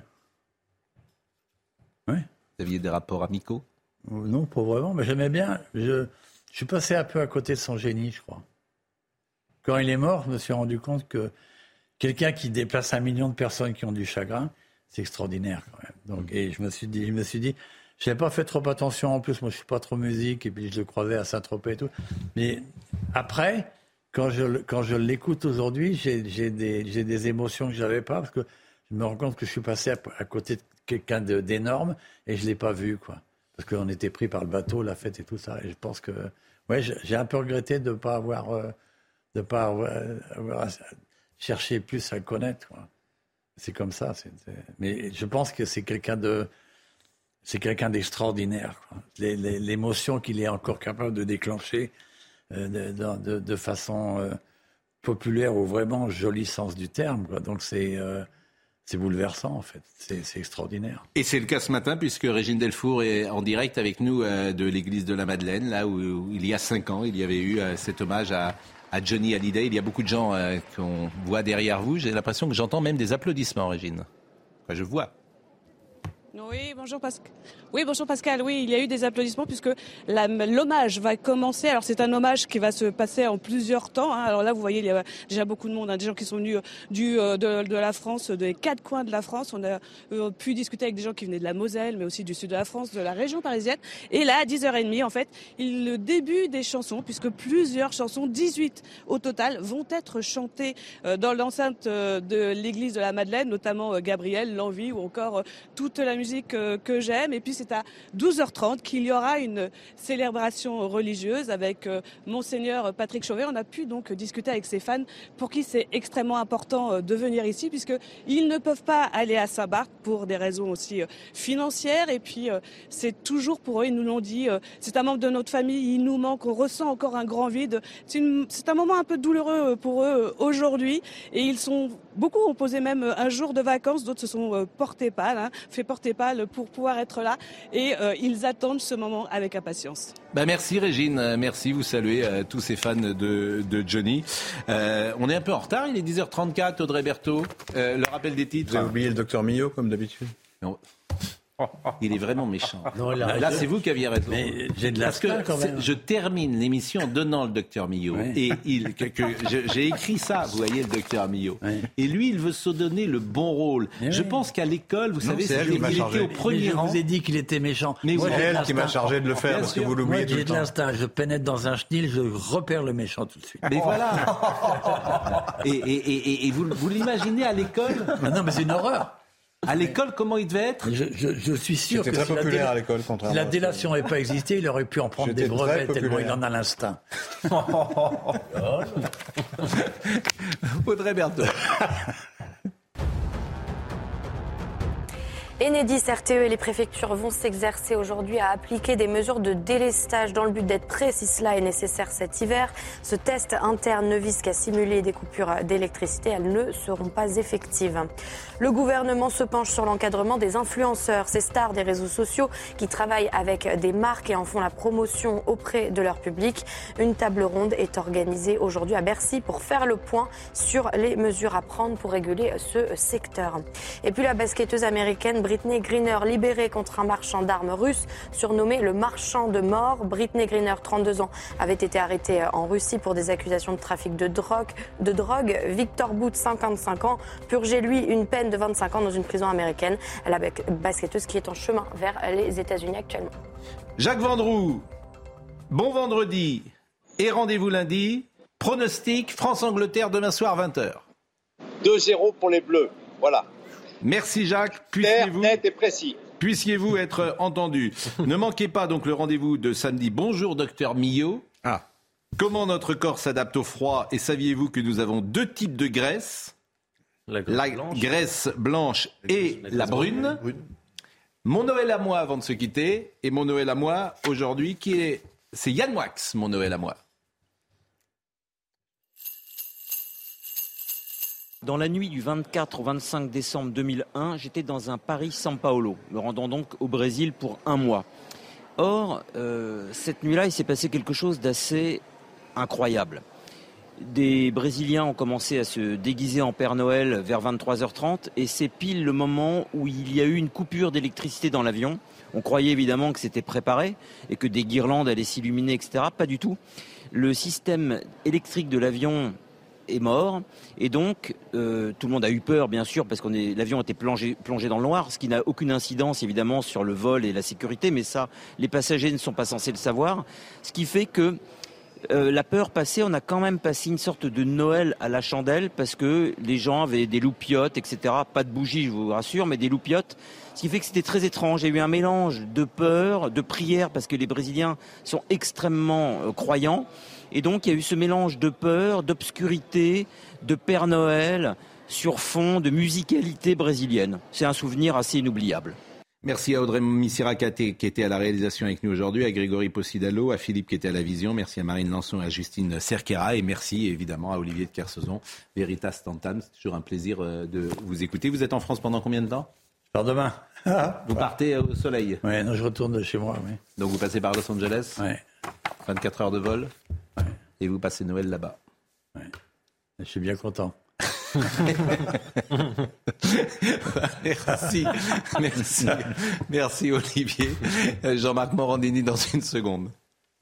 Ouais. Vous aviez des rapports amicaux ? Non, pas vraiment, mais j'aimais bien. Je, je suis passé un peu à côté de son génie, je crois. Quand il est mort, je me suis rendu compte que quelqu'un qui déplace un million de personnes qui ont du chagrin, c'est extraordinaire quand même. Donc, et je me suis dit, je me suis dit, je n'avais pas fait trop attention. En plus, moi, je suis pas trop musique, et puis je le croisais à Saint-Tropez et tout. Mais après, quand je, quand je l'écoute aujourd'hui, j'ai, j'ai, des, j'ai des émotions que je n'avais pas, parce que je me rends compte que je suis passé à, à côté de quelqu'un de, d'énorme, et je l'ai pas vu, quoi. Parce qu'on était pris par le bateau, la fête et tout ça. Et je pense que, ouais, j'ai un peu regretté de ne pas avoir, euh, de pas avoir, avoir cherché plus à le connaître, quoi. C'est comme ça. C'est, c'est... Mais je pense que c'est quelqu'un de, c'est quelqu'un d'extraordinaire, quoi. Les, les, l'émotion qu'il est encore capable de déclencher euh, de, de, de façon euh, populaire au vraiment joli sens du terme, quoi. Donc c'est euh, C'est bouleversant, en fait. C'est, c'est extraordinaire. Et c'est le cas ce matin, puisque Régine Delfour est en direct avec nous euh, de l'église de la Madeleine, là où, où il y a cinq ans, il y avait eu euh, cet hommage à, à Johnny Hallyday. Il y a beaucoup de gens euh, qu'on voit derrière vous. J'ai l'impression que j'entends même des applaudissements, Régine. Enfin, je vois. Oui, bonjour Pascal. Oui, bonjour Pascal. Oui, il y a eu des applaudissements puisque la, l'hommage va commencer. Alors c'est un hommage qui va se passer en plusieurs temps, hein. Alors là, vous voyez, il y a déjà beaucoup de monde, hein, des gens qui sont venus du, euh, de, de la France, des quatre coins de la France. On a euh, pu discuter avec des gens qui venaient de la Moselle, mais aussi du sud de la France, de la région parisienne. Et là, à dix heures trente, en fait, il, le début des chansons, puisque plusieurs chansons, dix-huit au total, vont être chantées euh, dans l'enceinte euh, de l'église de la Madeleine, notamment euh, Gabriel, L'Envie ou encore euh, toute la musique euh, que j'aime. Et puis c'est à douze heures trente qu'il y aura une célébration religieuse avec euh, Monseigneur Patrick Chauvet. On a pu donc discuter avec ses fans pour qui c'est extrêmement important euh, de venir ici puisqu'ils ne peuvent pas aller à Saint-Barth pour des raisons aussi euh, financières. Et puis euh, c'est toujours pour eux, ils nous l'ont dit, euh, c'est un membre de notre famille, il nous manque, on ressent encore un grand vide. C'est, une, c'est un moment un peu douloureux pour eux euh, aujourd'hui et ils sont, beaucoup ont posé même un jour de vacances, d'autres se sont euh, portés pâle, hein, fait porter pâle pour pouvoir être là et euh, ils attendent ce moment avec impatience. Bah merci Régine, merci, vous saluez euh, tous ces fans de, de Johnny. Euh, on est un peu en retard, il est dix heures trente-quatre, Audrey Berthaud, euh, le rappel des titres. Vous avez oublié le docteur Millot comme d'habitude. Non. Il est vraiment méchant. Non, là, là, c'est vous qui aviez raison. Mais j'ai de la Parce que quand même. Je termine l'émission en donnant le docteur Millot. Ouais. Et il, que, que, je, j'ai écrit ça, vous voyez, le docteur Millot. Ouais. Et lui, il veut se donner le bon rôle. Mais je oui. pense qu'à l'école, vous non, savez, c'est elle qui m'a il chargé. était au premier mais rang. Je vous ai dit qu'il était méchant. Mais c'est elle qui m'a chargé de le faire, parce que vous l'oubliez tout le temps. J'ai de l'instinct. Je pénètre dans un chenil, je repère le méchant tout de suite. Mais voilà. et, et, et, et vous, vous l'imaginez à l'école ? Ah non, mais c'est une horreur. À l'école, comment il devait être ? je, je, je suis sûr C'était que très populaire déla... à l'école, contrairement. Si la délation n'avait pas existé, il aurait pu en prendre J'étais des brevets tellement il en a l'instinct. Audrey Berthaud. Enedis, R T E et les préfectures vont s'exercer aujourd'hui à appliquer des mesures de délestage dans le but d'être prêts si cela est nécessaire cet hiver. Ce test interne ne vise qu'à simuler des coupures d'électricité. Elles ne seront pas effectives. Le gouvernement se penche sur l'encadrement des influenceurs, ces stars des réseaux sociaux qui travaillent avec des marques et en font la promotion auprès de leur public. Une table ronde est organisée aujourd'hui à Bercy pour faire le point sur les mesures à prendre pour réguler ce secteur. Et puis la basketteuse américaine Brittney Griner, libérée contre un marchand d'armes russe surnommé le marchand de mort. Brittney Griner, trente-deux ans, avait été arrêtée en Russie pour des accusations de trafic de drogue. De drogue. Victor Bout, cinquante-cinq ans, purgeait lui une peine de vingt-cinq ans dans une prison américaine. La basketteuse qui est en chemin vers les États-Unis actuellement. Jacques Vendroux, bon vendredi et rendez-vous lundi. Pronostic France-Angleterre demain soir vingt heures. deux zéro pour les Bleus, voilà. Merci Jacques, puissiez-vous, net et précis. Puissiez-vous être entendu. Ne manquez pas donc le rendez-vous de samedi. Bonjour docteur Millot. Ah. Comment notre corps s'adapte au froid et saviez-vous que nous avons deux types de graisse ? La graisse, la blanche. graisse blanche et la, la brune. brune. Mon Noël à moi avant de se quitter et mon Noël à moi aujourd'hui qui est... C'est Yann Moix, mon Noël à moi. Dans la nuit du vingt-quatre au vingt-cinq décembre deux mille un, j'étais dans un Paris-São Paulo, me rendant donc au Brésil pour un mois. Or, euh, cette nuit-là, il s'est passé quelque chose d'assez incroyable. Des Brésiliens ont commencé à se déguiser en Père Noël vers vingt-trois heures trente et c'est pile le moment où il y a eu une coupure d'électricité dans l'avion. On croyait évidemment que c'était préparé et que des guirlandes allaient s'illuminer, et cetera. Pas du tout. Le système électrique de l'avion est mort et donc euh, tout le monde a eu peur bien sûr parce que l'avion était plongé, plongé dans le noir, ce qui n'a aucune incidence évidemment sur le vol et la sécurité, mais ça les passagers ne sont pas censés le savoir, ce qui fait que euh, la peur passée, on a quand même passé une sorte de Noël à la chandelle parce que les gens avaient des loupiottes, et cetera. Pas de bougies, je vous rassure, mais des loupiottes, ce qui fait que c'était très étrange. Il y a eu un mélange de peur, de prière parce que les Brésiliens sont extrêmement euh, croyants. Et donc, il y a eu ce mélange de peur, d'obscurité, de Père Noël, sur fond de musicalité brésilienne. C'est un souvenir assez inoubliable. Merci à Audrey Missirakaté qui était à la réalisation avec nous aujourd'hui, à Grégory Possidalo, à Philippe qui était à la vision, merci à Marine Lançon et à Justine Cerquera et merci évidemment à Olivier de Kersauzon, Veritas Tantam. C'est toujours un plaisir de vous écouter. Vous êtes en France pendant combien de temps ? Je pars demain. Vous partez au soleil ? Oui, non, je retourne chez moi. Oui. Donc vous passez par Los Angeles ? Oui. vingt-quatre heures de vol ? Oui. Et vous passez Noël là-bas ? Oui. Je suis bien content. Merci, merci, merci Olivier. Jean-Marc Morandini dans une seconde.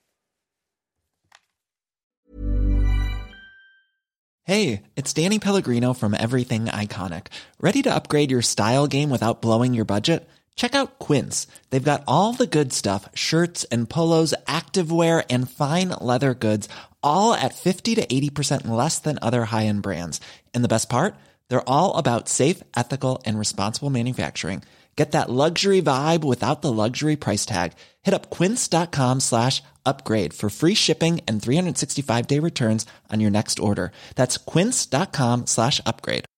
Hey, it's Danny Pellegrino from Everything Iconic. Ready to upgrade your style game without blowing your budget? Check out Quince. They've got all the good stuff, shirts and polos, activewear and fine leather goods, all at fifty to eighty percent less than other high-end brands. And the best part? They're all about safe, ethical, and responsible manufacturing. Get that luxury vibe without the luxury price tag. Hit up quince.com slash upgrade for free shipping and three sixty-five day returns on your next order. That's quince.com slash upgrade.